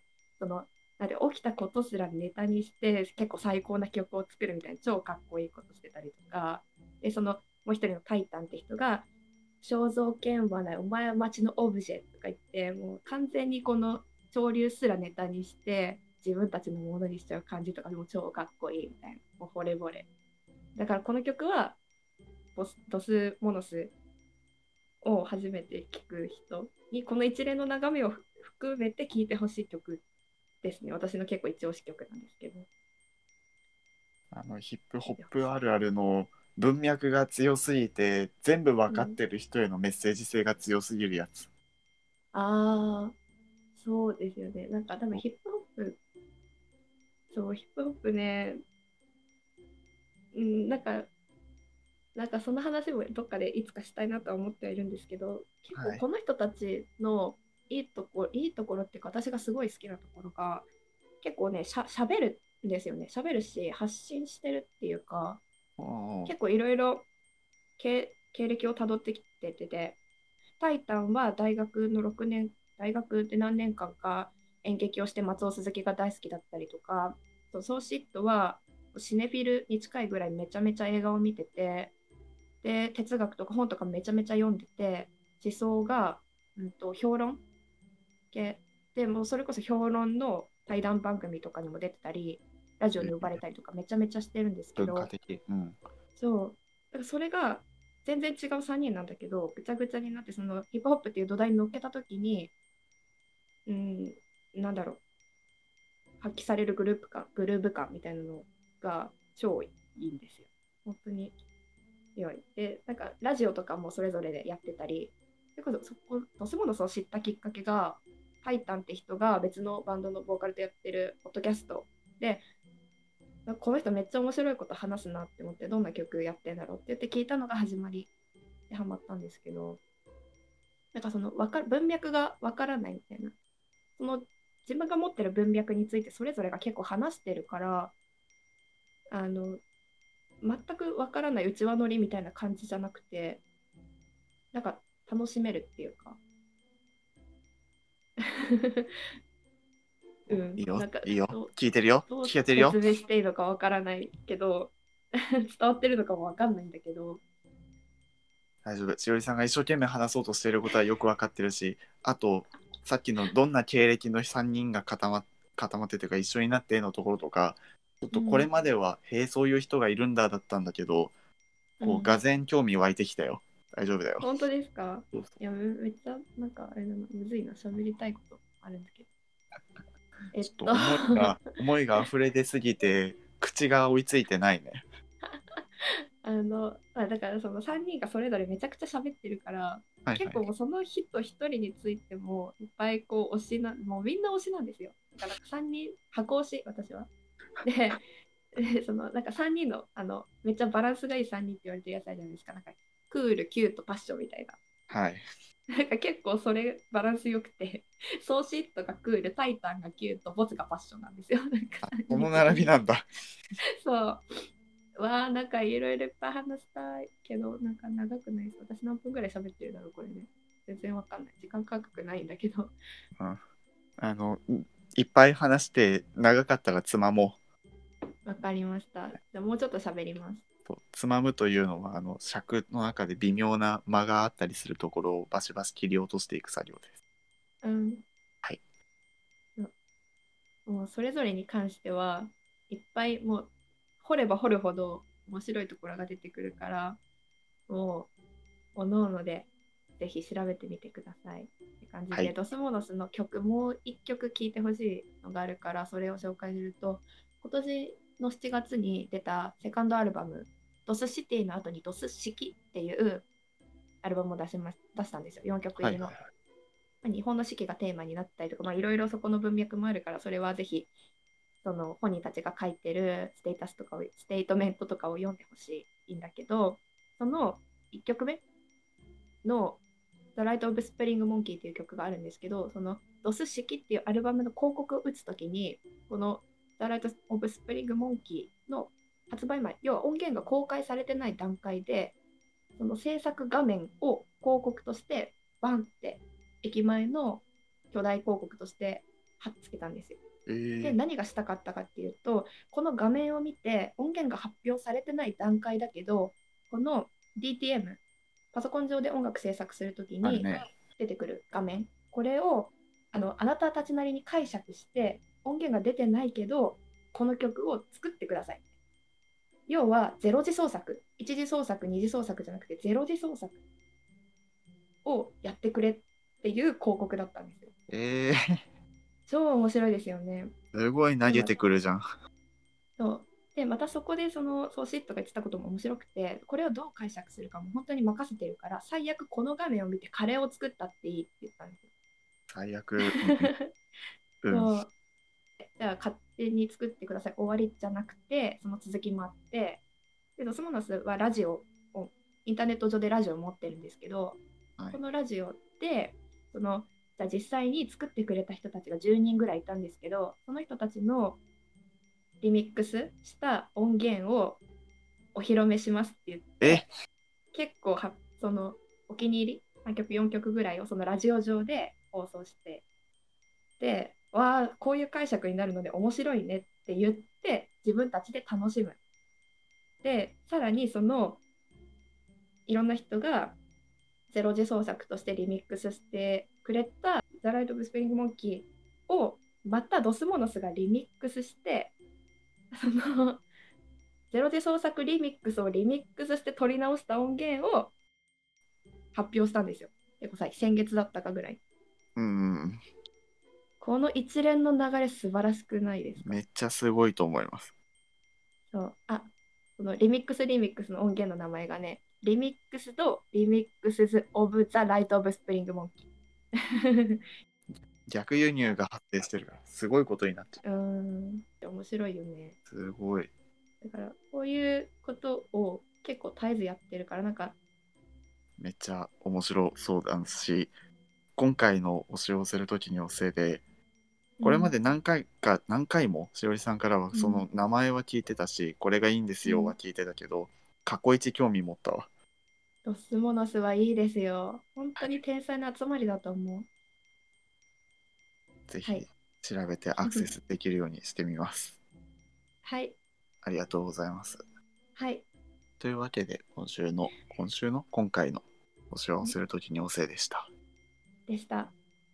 S1: そのなんで起きたことすらネタにして結構最高な曲を作るみたいな超かっこいいことしてたりとか、でそのもう一人のタイタンって人が肖像権はないお前は街のオブジェとか言ってもう完全にこの潮流すらネタにして自分たちのものにしちゃう感じとかでも超かっこいいみたいな、もう惚れ惚れだからこの曲はボスドスモノスを初めて聞く人にこの一連の眺めを含めて聴いてほしい曲ですね。私の結構一押し曲なんですけど。
S2: あのヒップホップあるあるの文脈が強すぎて全部分かってる人へのメッセージ性が強すぎるやつ。
S1: ああ、そうですよね。なんか多分ヒップホップ、そう、ヒップホップね、うん、なんか、なんかその話もどっかでいつかしたいなとは思ってはいるんですけど、結構
S2: はい。
S1: この人たちのいいところ、いいところっていうか、私がすごい好きなところが、結構ね、しゃ、しゃべるんですよね。しゃべるし、発信してるっていうか、
S2: おー
S1: 結構いろいろ経経歴をたどってきてて、タイタンは大学のろくねん、大学で何年間か演劇をして松尾鈴木が大好きだったりとか、ソーシットはシネフィルに近いぐらいめちゃめちゃ映画を見てて、で、哲学とか本とかめちゃめちゃ読んでて、思想が、うんと、評論系でもうそれこそ評論の対談番組とかにも出てたり、ラジオに呼ばれたりとかめちゃめちゃしてるんですけ
S2: 文化
S1: ど、
S2: 的。うん。
S1: そう。だからそれが全然違うさんにんなんだけど、ぐちゃぐちゃになって、そのヒップホップっていう土台に乗っけたときに、うん、なんだろう、発揮されるグループ感、グルーヴ感みたいなのが超いいんですよ。本当に良い。で、なんかラジオとかもそれぞれでやってたり、それこそそこ、ドスモノスを知ったきっかけが、タイタンって人が別のバンドのボーカルとやってるポッドキャストで、この人めっちゃ面白いこと話すなって思って、どんな曲やってんだろうって言って聞いたのが始まりでハマったんですけど、なんかそのわか文脈がわからないみたいな、その自分が持ってる文脈についてそれぞれが結構話してるから、あの全くわからない内輪乗りみたいな感じじゃなくて、なんか楽しめるっていうかうん、
S2: いいよ、
S1: なんか
S2: いいよ。
S1: どう
S2: 聞いてるよ。
S1: どう
S2: 聞けてるよ。
S1: 説明していいのかわからないけど伝わってるのかもわかんないんだけど、
S2: 大丈夫。しおりさんが一生懸命話そうとしていることはよく分かってるし、あと、さっきのどんな経歴のさんにんが固ま固まってというか一緒になってのところとか、ちょっとこれ
S1: うん
S2: までは、へえ、そういう人がいるんだだったんだけど、こう、
S1: うん、
S2: がぜん興味湧いてきたよ。大丈夫だよ。
S1: 本当ですか？
S2: そうそ
S1: いやめ、めっちゃなんかあれだな、むずいな、喋りたいことあるんだけど。え
S2: う。ちょっと
S1: っと
S2: 思いが、思いが溢れ出すぎて、口が追いついてないね。
S1: あの、あだからそのさんにんがそれぞれめちゃくちゃ喋ってるから、
S2: はいはい。
S1: 結構もうその人一人についてもいっぱいこう推しな、もうみんな推しなんですよ。だからさんにん、箱推し、私は。で、でそのなんかさんにんのあのめっちゃバランスがいいさんにんって言われてるやつあるじゃないですか。なんかクール、キュート、パッションみたいな。
S2: はい。
S1: なんか結構それバランスよくて、ソーシットがクール、タイタンがキュート、ボツがパッションなんですよ。なんか
S2: あ、
S1: さん
S2: この
S1: にん的に。
S2: 並びなんだ。
S1: そう。わあ、なんかいろいろいっぱい話したいけど、なんか長くないです。私何分ぐらい喋ってるだろう、これね。全然わかんない。時間感覚ないんだけど。
S2: うん。あの、いっぱい話して長かったらつまもう。
S1: わかりました。じゃあもうちょっと喋ります。
S2: そうつまむというのはあの尺の中で微妙な間があったりするところをバシバシ切り落としていく作業です。
S1: うん。
S2: はい。
S1: もうそれぞれに関してはいっぱいもう掘れば掘るほど面白いところが出てくるから、もう、おのおのでぜひ調べてみてください。って感じで、
S2: はい。
S1: ドスモノスの曲、もう一曲聴いてほしいのがあるから、それを紹介すると、今年のしちがつに出たセカンドアルバム、ドスシティの後にドス式っていうアルバムを出しま出したんですよ。よんきょく入りの。
S2: はいはいはい。
S1: 日本の四季がテーマになったりとか、まあ、いろいろそこの文脈もあるから、それはぜひ、その本人たちが書いてるステータスとかを、ステートメントとかを読んでほしいんだけど、そのいっきょくめの The Light of Spring Monkey っていう曲があるんですけど、そのドス式っていうアルバムの広告を打つときに、この The Light of Spring Monkey の発売前、要は音源が公開されてない段階で、その制作画面を広告としてバンって駅前の巨大広告として貼っつけたんですよ。
S2: えー、
S1: で、何がしたかったかっていうと、この画面を見て音源が発表されてない段階だけど、この ディーティーエム、パソコン上で音楽制作するときに
S2: あるね。
S1: 出てくる画面、これをあのあなたたちなりに解釈して、音源が出てないけど、この曲を作ってください。 要はゼロ次創作、一次創作、二次創作じゃなくてゼロ次創作をやってくれっていう広告だったんですよ。
S2: えー、
S1: 超面白いですよね。
S2: すごい投
S1: で、ま、
S2: げてくるじゃん。
S1: そうでまたそこでそのソーシットが言ってたことも面白くて、これをどう解釈するかも本当に任せてるから、最悪この画面を見てカレーを作ったっていいって言ったんですよ。
S2: 最悪。うん。
S1: そうじゃあ勝手に作ってください終わりじゃなくて、その続きもあって、でドスモノスはラジオをインターネット上でラジオを持ってるんですけど、
S2: はい、
S1: このラジオでそのじゃあ実際に作ってくれた人たちがじゅうにんぐらいいたんですけど、その人たちのリミックスした音源をお披露目しますって言って、結構はそのお気に入りさんきょくよんきょくぐらいをそのラジオ上で放送して、でわあこういう解釈になるので面白いねって言って自分たちで楽しむ。でさらにそのいろんな人がゼロ次創作としてリミックスしてくれた「The Light of Spring Monkey」をまたドスモノスがリミックスして、そのゼロ次創作リミックスをリミックスして取り直した音源を発表したんですよ。結構さ先月だったかぐらい。
S2: うん。
S1: この一連の流れ素晴らしくないですか？
S2: めっちゃすごいと思います。
S1: そうあこのリミックスリミックスの音源の名前がね、リミックスとリミックスズ・オブ・ザ・ライト・オブ・スプリング・モンキー。
S2: 逆輸入が発生してるからすごいことになっちゃ
S1: うーん面白いよね。
S2: う。すごい。
S1: だからこういうことを結構絶えずやってるから、なんか
S2: めっちゃ面白そうだし、今回の推しをする時におせいで、これまで何回か何回もしおりさんからはその名前は聞いてたし、これがいいんですよは聞いてたけど、過去一興味持ったわ。
S1: ドスモノスはいいですよ。本当に天才の集まりだと思う。
S2: ぜひ
S1: はい。
S2: 調べてアクセスできるようにしてみます。
S1: はい。
S2: ありがとうございます。
S1: はい。
S2: というわけで今週の今週の今回の推しをする時におせいでした。
S1: でした。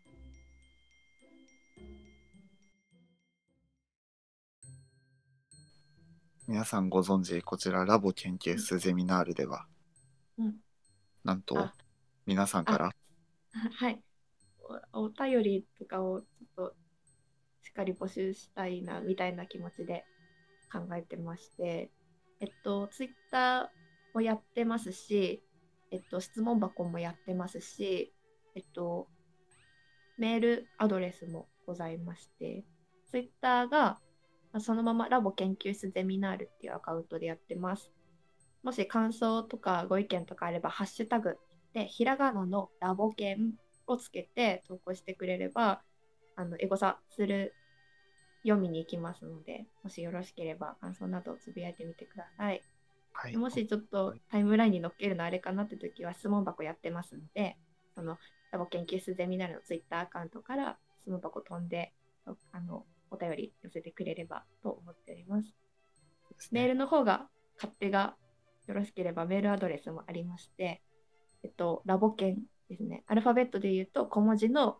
S2: 皆さんご存知、こちらラボ研究室ゼミナールでは、
S1: うん、
S2: なんと
S1: あ
S2: 皆さんから
S1: はいお、お便りとかをちょっとしっかり募集したいなみたいな気持ちで考えてまして、えっと、ツイッターをやってますし、えっと、質問箱もやってますし、えっと、メールアドレスもございまして、ツイッターがそのままラボ研究室ゼミナールっていうアカウントでやってます。もし感想とかご意見とかあれば、ハッシュタグでひらがなのラボ研をつけて投稿してくれれば、あのエゴサする読みに行きますので、もしよろしければ感想などをつぶやいてみてください。
S2: はい、
S1: もしちょっとタイムラインに載っけるのあれかなって時は質問箱やってますので、そのラボ研究室ゼミナールのツイッターアカウントから質問箱飛んであのお便り寄せてくれればと思っております。
S2: ですね、
S1: メールの方が勝手がよろしければメールアドレスもありまして、えっと、ラボ研ですね。アルファベットで言うと小文字の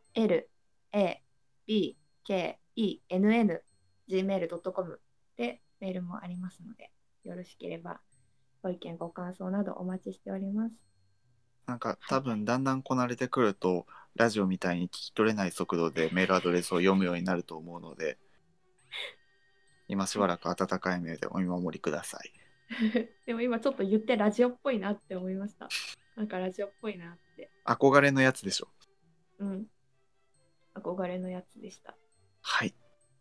S1: L、A、B、K、E、エヌエヌ、ジーメールドットコム でメールもありますので、よろしければご意見ご感想などお待ちしております。
S2: なんか
S1: はい、
S2: 多分だんだんこなれてくるとラジオみたいに聞き取れない速度でメールアドレスを読むようになると思うので、今しばらく温かい目でお見守りください。
S1: でも今ちょっと言ってラジオっぽいなって思いました。なんかラジオっぽいなって。
S2: 憧れのやつでしょ。
S1: うん。憧れのやつでした。
S2: はい。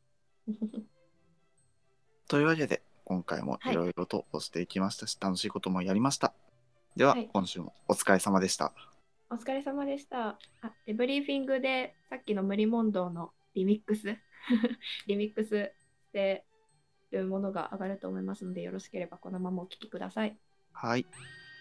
S2: というわけで今回もいろいろと押していきましたし、はい、楽しいこともやりました。では、はい、今週もお疲れ様でした。
S1: お疲れ様でした。あ、デブリーフィングでさっきの無理問答のリミックスリミックスしてるものが上がると思いますので、よろしければこのままお聞きください。
S2: はい。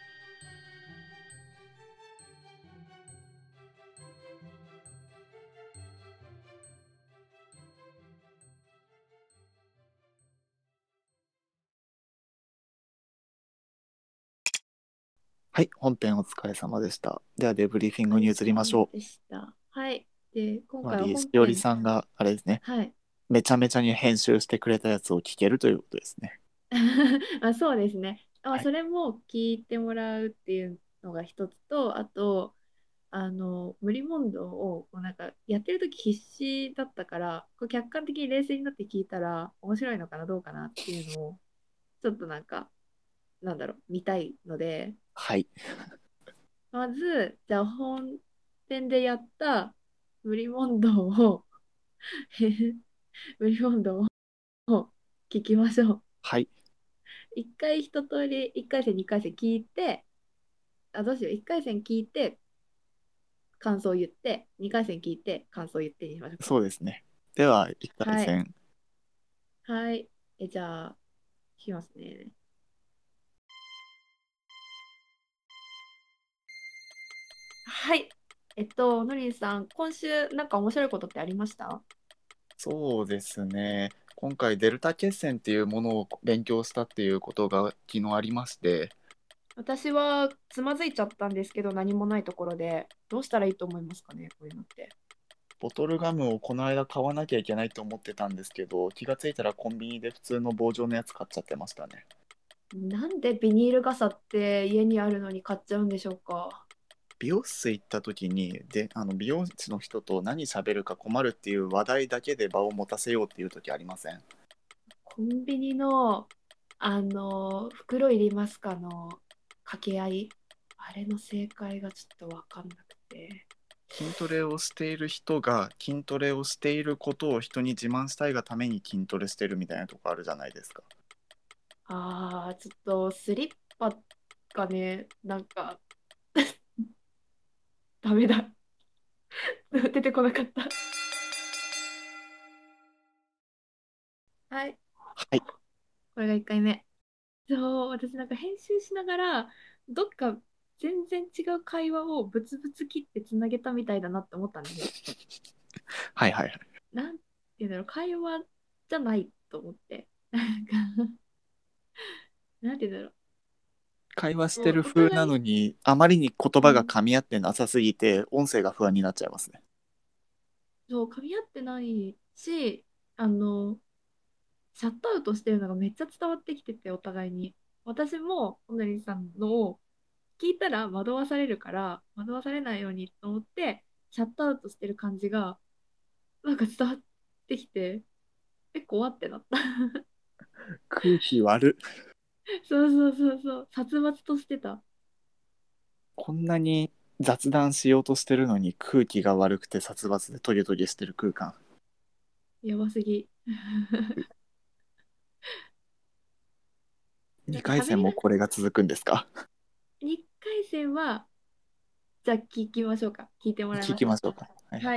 S2: はい、本編お疲れ様でした。ではデブリーフィングに移りましょう。
S1: でした。はい。で、今
S2: 回は本編。しおりさんがあれですね、
S1: はい、
S2: めちゃめちゃに編集してくれたやつを聞けるということですね。
S1: あ、そうですね。あ、
S2: はい。
S1: それも聞いてもらうっていうのが一つと、あと、あの、無理問答をこうなんかやってる時必死だったから、こう客観的に冷静になって聞いたら面白いのかな、どうかなっていうのを、ちょっとなんか、なんだろう、見たいので、
S2: はい。
S1: まず、じゃあ本編でやった無理問答を無理問答を聞きましょう。
S2: はい。
S1: 一回一通り、一回戦、二回戦聞いて、あ、どうしよう、一回戦聞いて、感想を言って、二回戦聞いて、感想を言ってにしましょうか。
S2: そうですね。では、いっかい
S1: はい。
S2: 戦。
S1: はい。え、じゃあ、聞きますね。はい。えっと、のりんさん、今週なんか面白いことってありました？
S2: そうですね。今回、デルタ決戦っていうものを勉強したっていうことが昨日ありまして、
S1: 私はつまずいちゃったんですけど、何もないところで、どうしたらいいと思いますかね、こういうのって。
S2: ボトルガムをこの間買わなきゃいけないと思ってたんですけど、気がついたらコンビニで普通の棒状のやつ買っちゃってましたね。
S1: なんでビニール傘って家にあるのに買っちゃうんでしょうか。
S2: 美容室行った時にであの美容師の人と何喋るか困るっていう話題だけで場を持たせようっていう時ありません？
S1: コンビニの、あの、袋いりますかの掛け合い。あれの正解がちょっとわかんなくて。
S2: 筋トレをしている人が筋トレをしていることを人に自慢したいがために筋トレしてるみたいなとこあるじゃないですか。
S1: ああ、ちょっとスリッパがね、なんかダメだ。出てこなかった。はい、
S2: はい。
S1: これがいっかいめ。そう、私なんか編集しながら、どっか全然違う会話をブツブツ切ってつなげたみたいだなって思ったんですよ。
S2: はいはいはい。
S1: なんていうんだろう、会話じゃないと思って。なんか、なんていうんだろ
S2: 会話し
S1: う。もう
S2: てる風な
S1: お互い、
S2: のにあまりに言葉が
S1: うん、
S2: 噛み合ってなさすぎて音声が不安になっちゃいますね。
S1: そう、噛み合ってないし、あの、シャットアウトしてるのがめっちゃ伝わってきてて、お互いに。私も、おなりさんのを聞いたら惑わされるから、惑わされないようにと思って、シャットアウトしてる感じが、なんか伝わってきて、え、怖ってなった。
S2: 空気悪っ。
S1: そうそうそうそう、殺伐としてた。
S2: こんなに雑談しようとしてるのに空気が悪くて殺伐でトゲトゲしてる空間。
S1: やばすぎ。なんか
S2: にかい戦
S1: 喋りが、
S2: もこれが続くんですか？
S1: にかい戦は、じゃあ聞きましょうか。聞いてもらい
S2: 聞
S1: ましょう。
S2: きましょうか。はいはい。
S1: はい。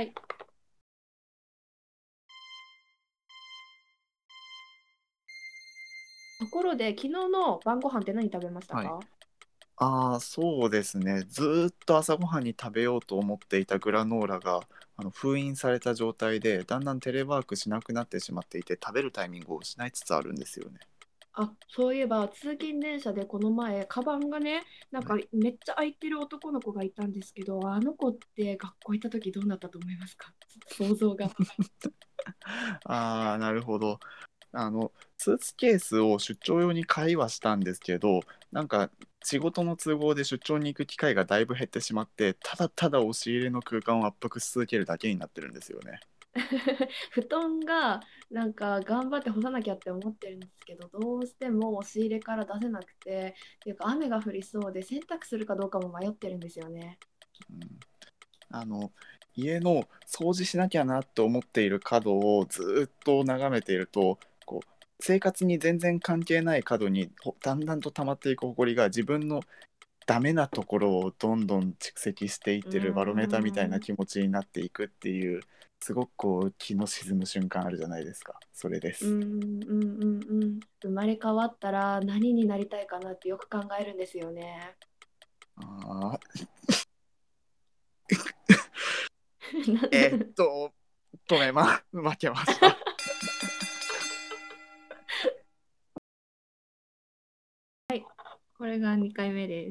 S1: ところで、昨日の晩ご飯って何食べました
S2: はい。
S1: か？
S2: ああ、そうですね。ずーっと朝ごはんに食べようと思っていたグラノーラがあの封印された状態でだんだんテレワークしなくなってしまっていて食べるタイミングを失いつつあるんですよね。
S1: あ、そういえば通勤電車でこの前、カバンがね、なんか
S2: はい。
S1: めっちゃ空いてる男の子がいたんですけど、あの子って学校行った時どうなったと思いますか？ちょっと想像が。
S2: ああ、なるほど。あのスーツケースを出張用に買いはしたんですけど、なんか仕事の都合で出張に行く機会がだいぶ減ってしまってただただ押し入れの空間を圧迫し続けるだけになってるんですよね。
S1: 布団がなんか頑張って干さなきゃって思ってるんですけど、どうしても押し入れから出せなくて、っていうか雨が降りそうで洗濯するかどうかも迷ってるんですよね。
S2: うん、あの家の掃除しなきゃなと思っている角をずっと眺めていると、こう生活に全然関係ない角にほだんだんと溜まっていく埃が自分のダメなところをどんどん蓄積していっ
S1: うー
S2: てるバロメーターみたいな
S1: ん、
S2: 気持ちになっていくっていう、すごくこう気の沈む瞬間あるじゃないですか。それです。
S1: うん、うん、うん、うん。生まれ変わったら何になりたいかなってよく考えるんですよね。
S2: あー
S1: なん
S2: えーっ
S1: で
S2: と止めま負けました。
S1: これがにかいめです。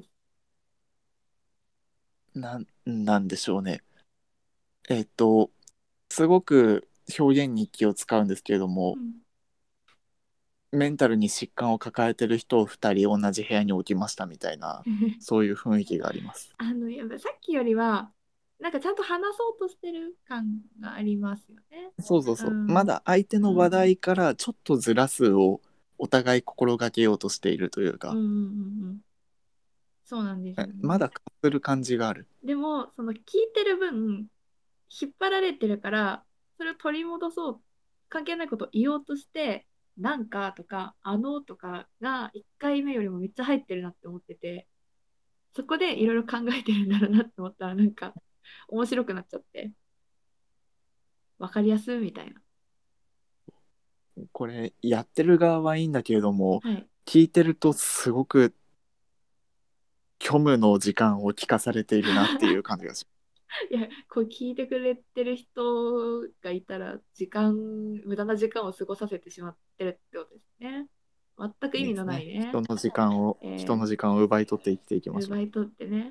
S2: なんなんでしょうね。えーっとすごく表現に気を使うんですけれども、
S1: うん、
S2: メンタルに疾患を抱えてる人をふたり同じ部屋に置きましたみたいな、そういう雰囲気があります。
S1: あのやっぱさっきよりはなんかちゃんと話そうとしてる感がありますよね。
S2: そうそうそう。ま
S1: うん。
S2: だ相手の話題からちょっとずらすをお互い心がけようとしているというか、
S1: うんうんうんうん。そうなんですよね。
S2: まだかする感じがある。
S1: でもその聞いてる分引っ張られてるからそれを取り戻そう、関係ないことを言おうとしてなんかとかあのとかがいっかいめよりもめっちゃ入ってるなって思ってて、そこでいろいろ考えてるんだろうなって思ったらなんか面白くなっちゃってわかりやすみたいな。
S2: これやってる側はいいんだけれども、
S1: はい。
S2: 聞いてるとすごく虚無の時間を聞かされているなっていう感じがします。
S1: いや、こう聞いてくれてる人がいたら時間無駄な時間を過ごさせてしまってるってことですね。全く意味の
S2: ですね。
S1: ないね。
S2: 人の時間を人
S1: え
S2: の時間を奪い取って生きていき
S1: ー、
S2: ましょう。
S1: 奪い取ってね。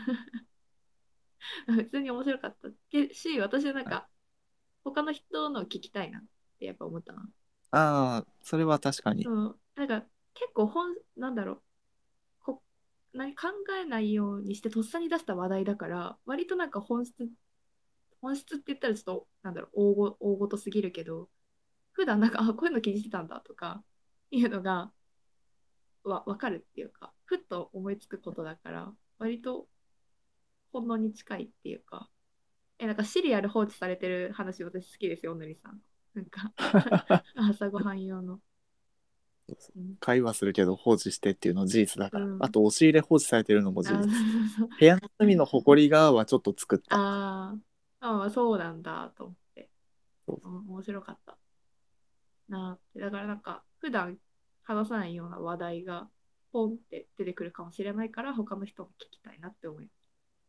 S1: 普通に面白かったけし、私はなん
S2: はい、
S1: か他の人の聞きたいなってやっぱ思ったな。
S2: ああ、それは確かに。
S1: そう、なんか結構本、なんだろう、こ何考えないようにしてとっさに出した話題だから、割となんか本質、本質って言ったらちょっと、なんだろう、大ご大ごとすぎるけど、普段なんか、あ、こういうの気にしてたんだとか、いうのがわ分かるっていうか、ふっと思いつくことだから、割と本能に近いっていうか、え、なんかシリアル放置されてる話私好きですよ、ぬりさん。なんか朝ごはん用の。うん。
S2: 会話するけど放置してっていうの事実だから。あ
S1: うん、
S2: と押し入れ放置されてるのも事
S1: あ、そう
S2: 実。
S1: そうそう。
S2: 部屋の隅のほこり側はちょっと作った。
S1: あーあ、そうなんだと思って、
S2: そう、
S1: うん、面白かったなって。だからなんか、普段話さないような話題がポンって出てくるかもしれないから、他の人も聞きたいなって思います。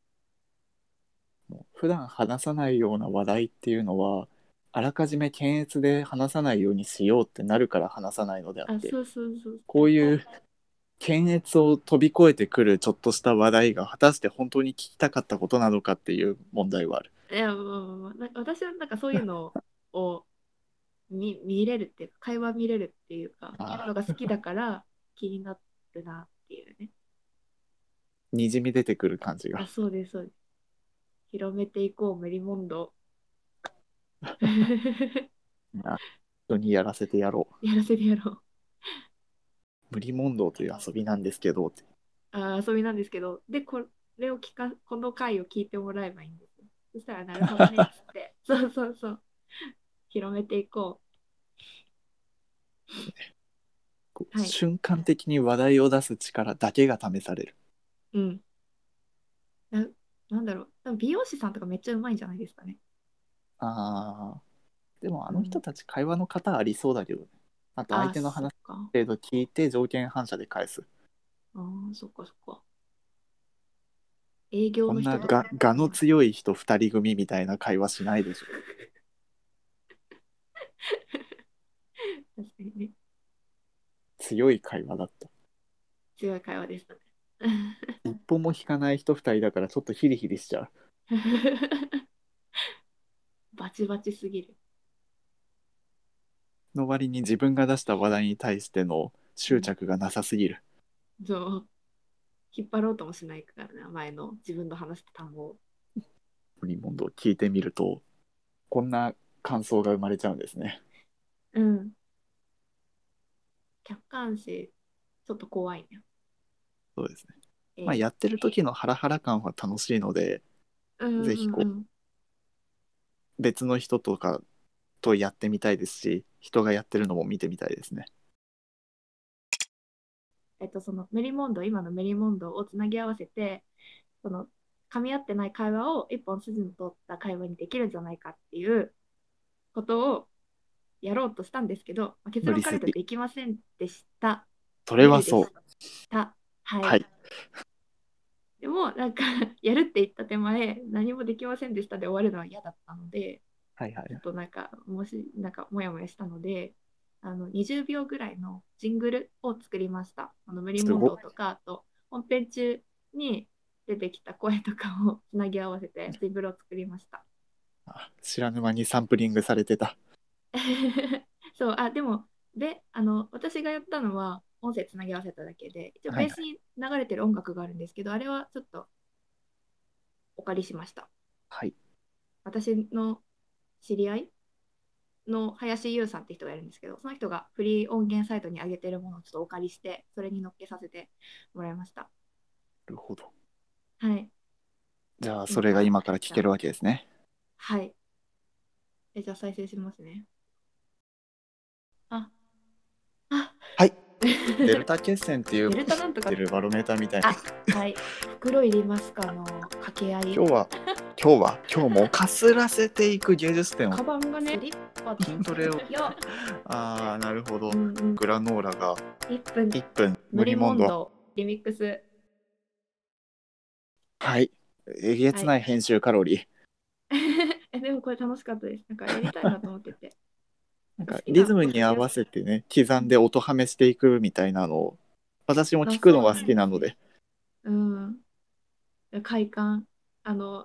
S2: もう普段話さないような話題っていうのはあらかじめ検閲で話さないようにしようってなるから話さないのであっ
S1: あ、
S2: て、
S1: そうそうそうそう。
S2: こういう検閲を飛び越えてくるちょっとした話題が果たして本当に聞きたかったことなのかっていう問題はある。
S1: いや、もうもうなんか私はなんかそういうのを見、見れるっていうか、会話見れるっていうか、のが
S2: ああ、
S1: 好きだから気になるなっていうね。
S2: にじみ出てくる感じ
S1: あ、
S2: が。
S1: そうです、そうです。広めていこう、メリモンド。
S2: あ、人にやらせてやろう。
S1: やらせてやろう。
S2: 無理問答という遊びなんですけどって。
S1: あ、遊びなんですけど、で、これを聞か、この回を聞いてもらえばいいんですよ。そしたら、なるほどね、っつって。そうそうそう。広めていこ
S2: こう
S1: う。はい。
S2: 瞬間的に話題を出す力だけが試される。
S1: うん。な、なんだろう。多分美容師さんとかめっちゃうまいんじゃないですかね。
S2: ああ、でもあ
S1: うん。
S2: の人たち会話の型ありそうだけどね。あと相
S1: あ、
S2: 手の話
S1: そっか。
S2: 程度聞いて条件反射で返す。
S1: ああ、そっかそっか。営業
S2: こんな
S1: の人とか。
S2: が我の強い人ふたり組みたいな会話しないでしょ。
S1: 確かにね。
S2: 強い会話だった。
S1: 強い会話でしたね。
S2: 一歩も引かない人ふたりだからちょっとヒリヒリしちゃう。
S1: バチバチすぎる。
S2: の割に自分が出した話題に対しての
S1: うん。
S2: 執着がなさすぎる。
S1: そう。引っ張ろうともしないからね、前の自分の話した単語を。
S2: フリーモンドを聞いてみるとこんな感想が生まれちゃうんですね。
S1: うん。客観視、ちょっと怖いね。
S2: そうですね。まあ
S1: え
S2: やってる時のハラハラ感は楽しいので、
S1: ー、うん
S2: ぜひこ
S1: うんうん。
S2: う別の人とかとやってみたいですし、人がやってるのも見てみたいですね。
S1: えっと、そのメリモンド、今のメリモンドをつなぎ合わせて、その噛み合ってない会話を一本筋の通った会話にできるんじゃないかっていうことをやろうとしたんですけど、まあ結論から言うと
S2: 無理筋。
S1: できませんでした。
S2: それ
S1: 無理でし
S2: はそう。
S1: た。はい。
S2: はい。
S1: でも、なんかやるって言った手前、何もできませんでしたで終わるのは嫌だったので、
S2: はいはい。
S1: ちょっとなんか、もし、なんか、もやもやしたので、あの、にじゅうびょうぐらいのジングルを作りました。あの、無理
S2: すごっ。
S1: 問答とか、あと、本編中に出てきた声とかをつなぎ合わせて、ジングルを作りました。
S2: 知らぬ間にサンプリングされてた。
S1: そう、あ、でも、 で、あの、私がやったのは、音声つなぎ合わせただけで、一応
S2: はいはい。
S1: ベースに流れてる音楽があるんですけど、あれはちょっとお借りしました。
S2: はい。
S1: 私の知り合いの林優さんって人がいるんですけど、その人がフリー音源サイトに上げてるものをちょっとお借りして、それに乗っけさせてもらいました。
S2: なるほど。
S1: はい。
S2: じゃあ、そ
S1: 今から、
S2: れが今から聞
S1: じゃあ、
S2: けるわけですね。
S1: はい。え、じゃあ再生しますね。あ、あ、
S2: はい。デルタ決戦っていう
S1: デルタなんとか、
S2: てるバロメーターみたいな。
S1: あ、はい。袋いりますかの掛け合い。
S2: 今日は、今日は、今日もかすらせていく芸術点を、
S1: カバンがね、リッパ
S2: 筋トレを、
S1: よ、
S2: ああ、なるほど。
S1: うんうん、
S2: グラノーラが
S1: いっぷん、
S2: いっぷん
S1: ノリ
S2: 無理モンド。
S1: モンド、リミックス。
S2: はい。えげ
S1: はい。
S2: つない編集カロリー。
S1: え、でもこれ楽しかったです。なんかやりたいなと思ってて。
S2: なんか
S1: 好きな
S2: リズムに合わ
S1: ポッドキャス
S2: せてね、刻んで音はめしていくみたいなのを、私も
S1: ト、あ、
S2: 聞くのが好
S1: そうなんですよ。
S2: きなので、
S1: うん。快感。あの、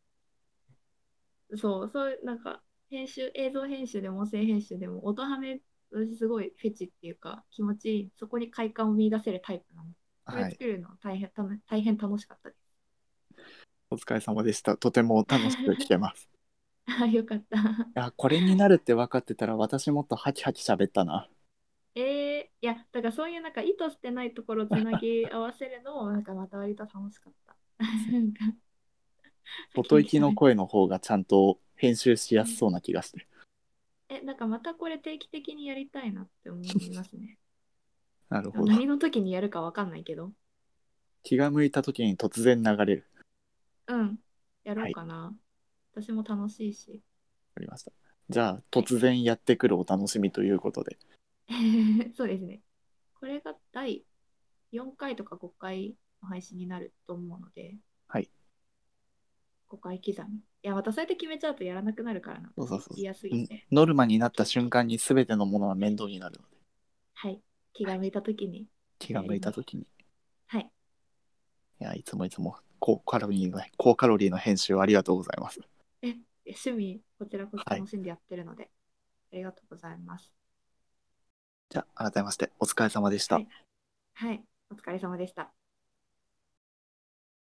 S1: そう、そういう、なんか、編集、映像編集でも音声編集でも、音ハメ、私すごいフェチっていうか、気持ちいい、そこに快感を見出せるタイプなの。それ
S2: はい。
S1: 作るの大変、たの大変楽しかったです。
S2: お疲れ様でした。とても楽しく聞けます。
S1: あ、よかった。
S2: いや、これになるって分かってたら、私もっとハキハキ喋ったな。
S1: えー、いや、だからそういうなんか意図してないところをつなぎ合わせるのも、なんかまた割と楽しかった。なんか、ハキ
S2: 外行きの
S1: ハキ喋って。
S2: 声の方がちゃんと編集し
S1: うん、
S2: やすそうな気がして。
S1: え、なんかまたこれ定期的にやりたいなって思いますね。
S2: なるほど。
S1: でも何の時にやるかわかんないけど。
S2: 気が向いた時に突然流れる。
S1: うん、やろ
S2: はい、
S1: うかな。私も楽しいし。
S2: わかりました。じゃあ、
S1: はい。
S2: 突然やってくるお楽しみということで。
S1: そうですね。これがだいよんかいとかごかいの配信になると思うので、
S2: はい。
S1: ごかい刻み。いや、またそうやって決めちゃうとやらなくなるからな、私。
S2: そうそうそうそ
S1: 嫌す
S2: う。ん
S1: ぎて。
S2: ノルマになった瞬間に全てのものは面倒になるので、
S1: はい。気が向いた時にま
S2: 気が
S1: たやります。
S2: 向いた時に。
S1: はい。
S2: いや、いつもいつも高カロリーの、高カロリーの編集ありがとうございます。
S1: え、趣味、こちらこそ
S2: はい。
S1: 楽しんでやってるので、ありがとうございます。
S2: じゃあ、改めまして、お疲れ様でした。
S1: はい。はい。お疲れ様でした。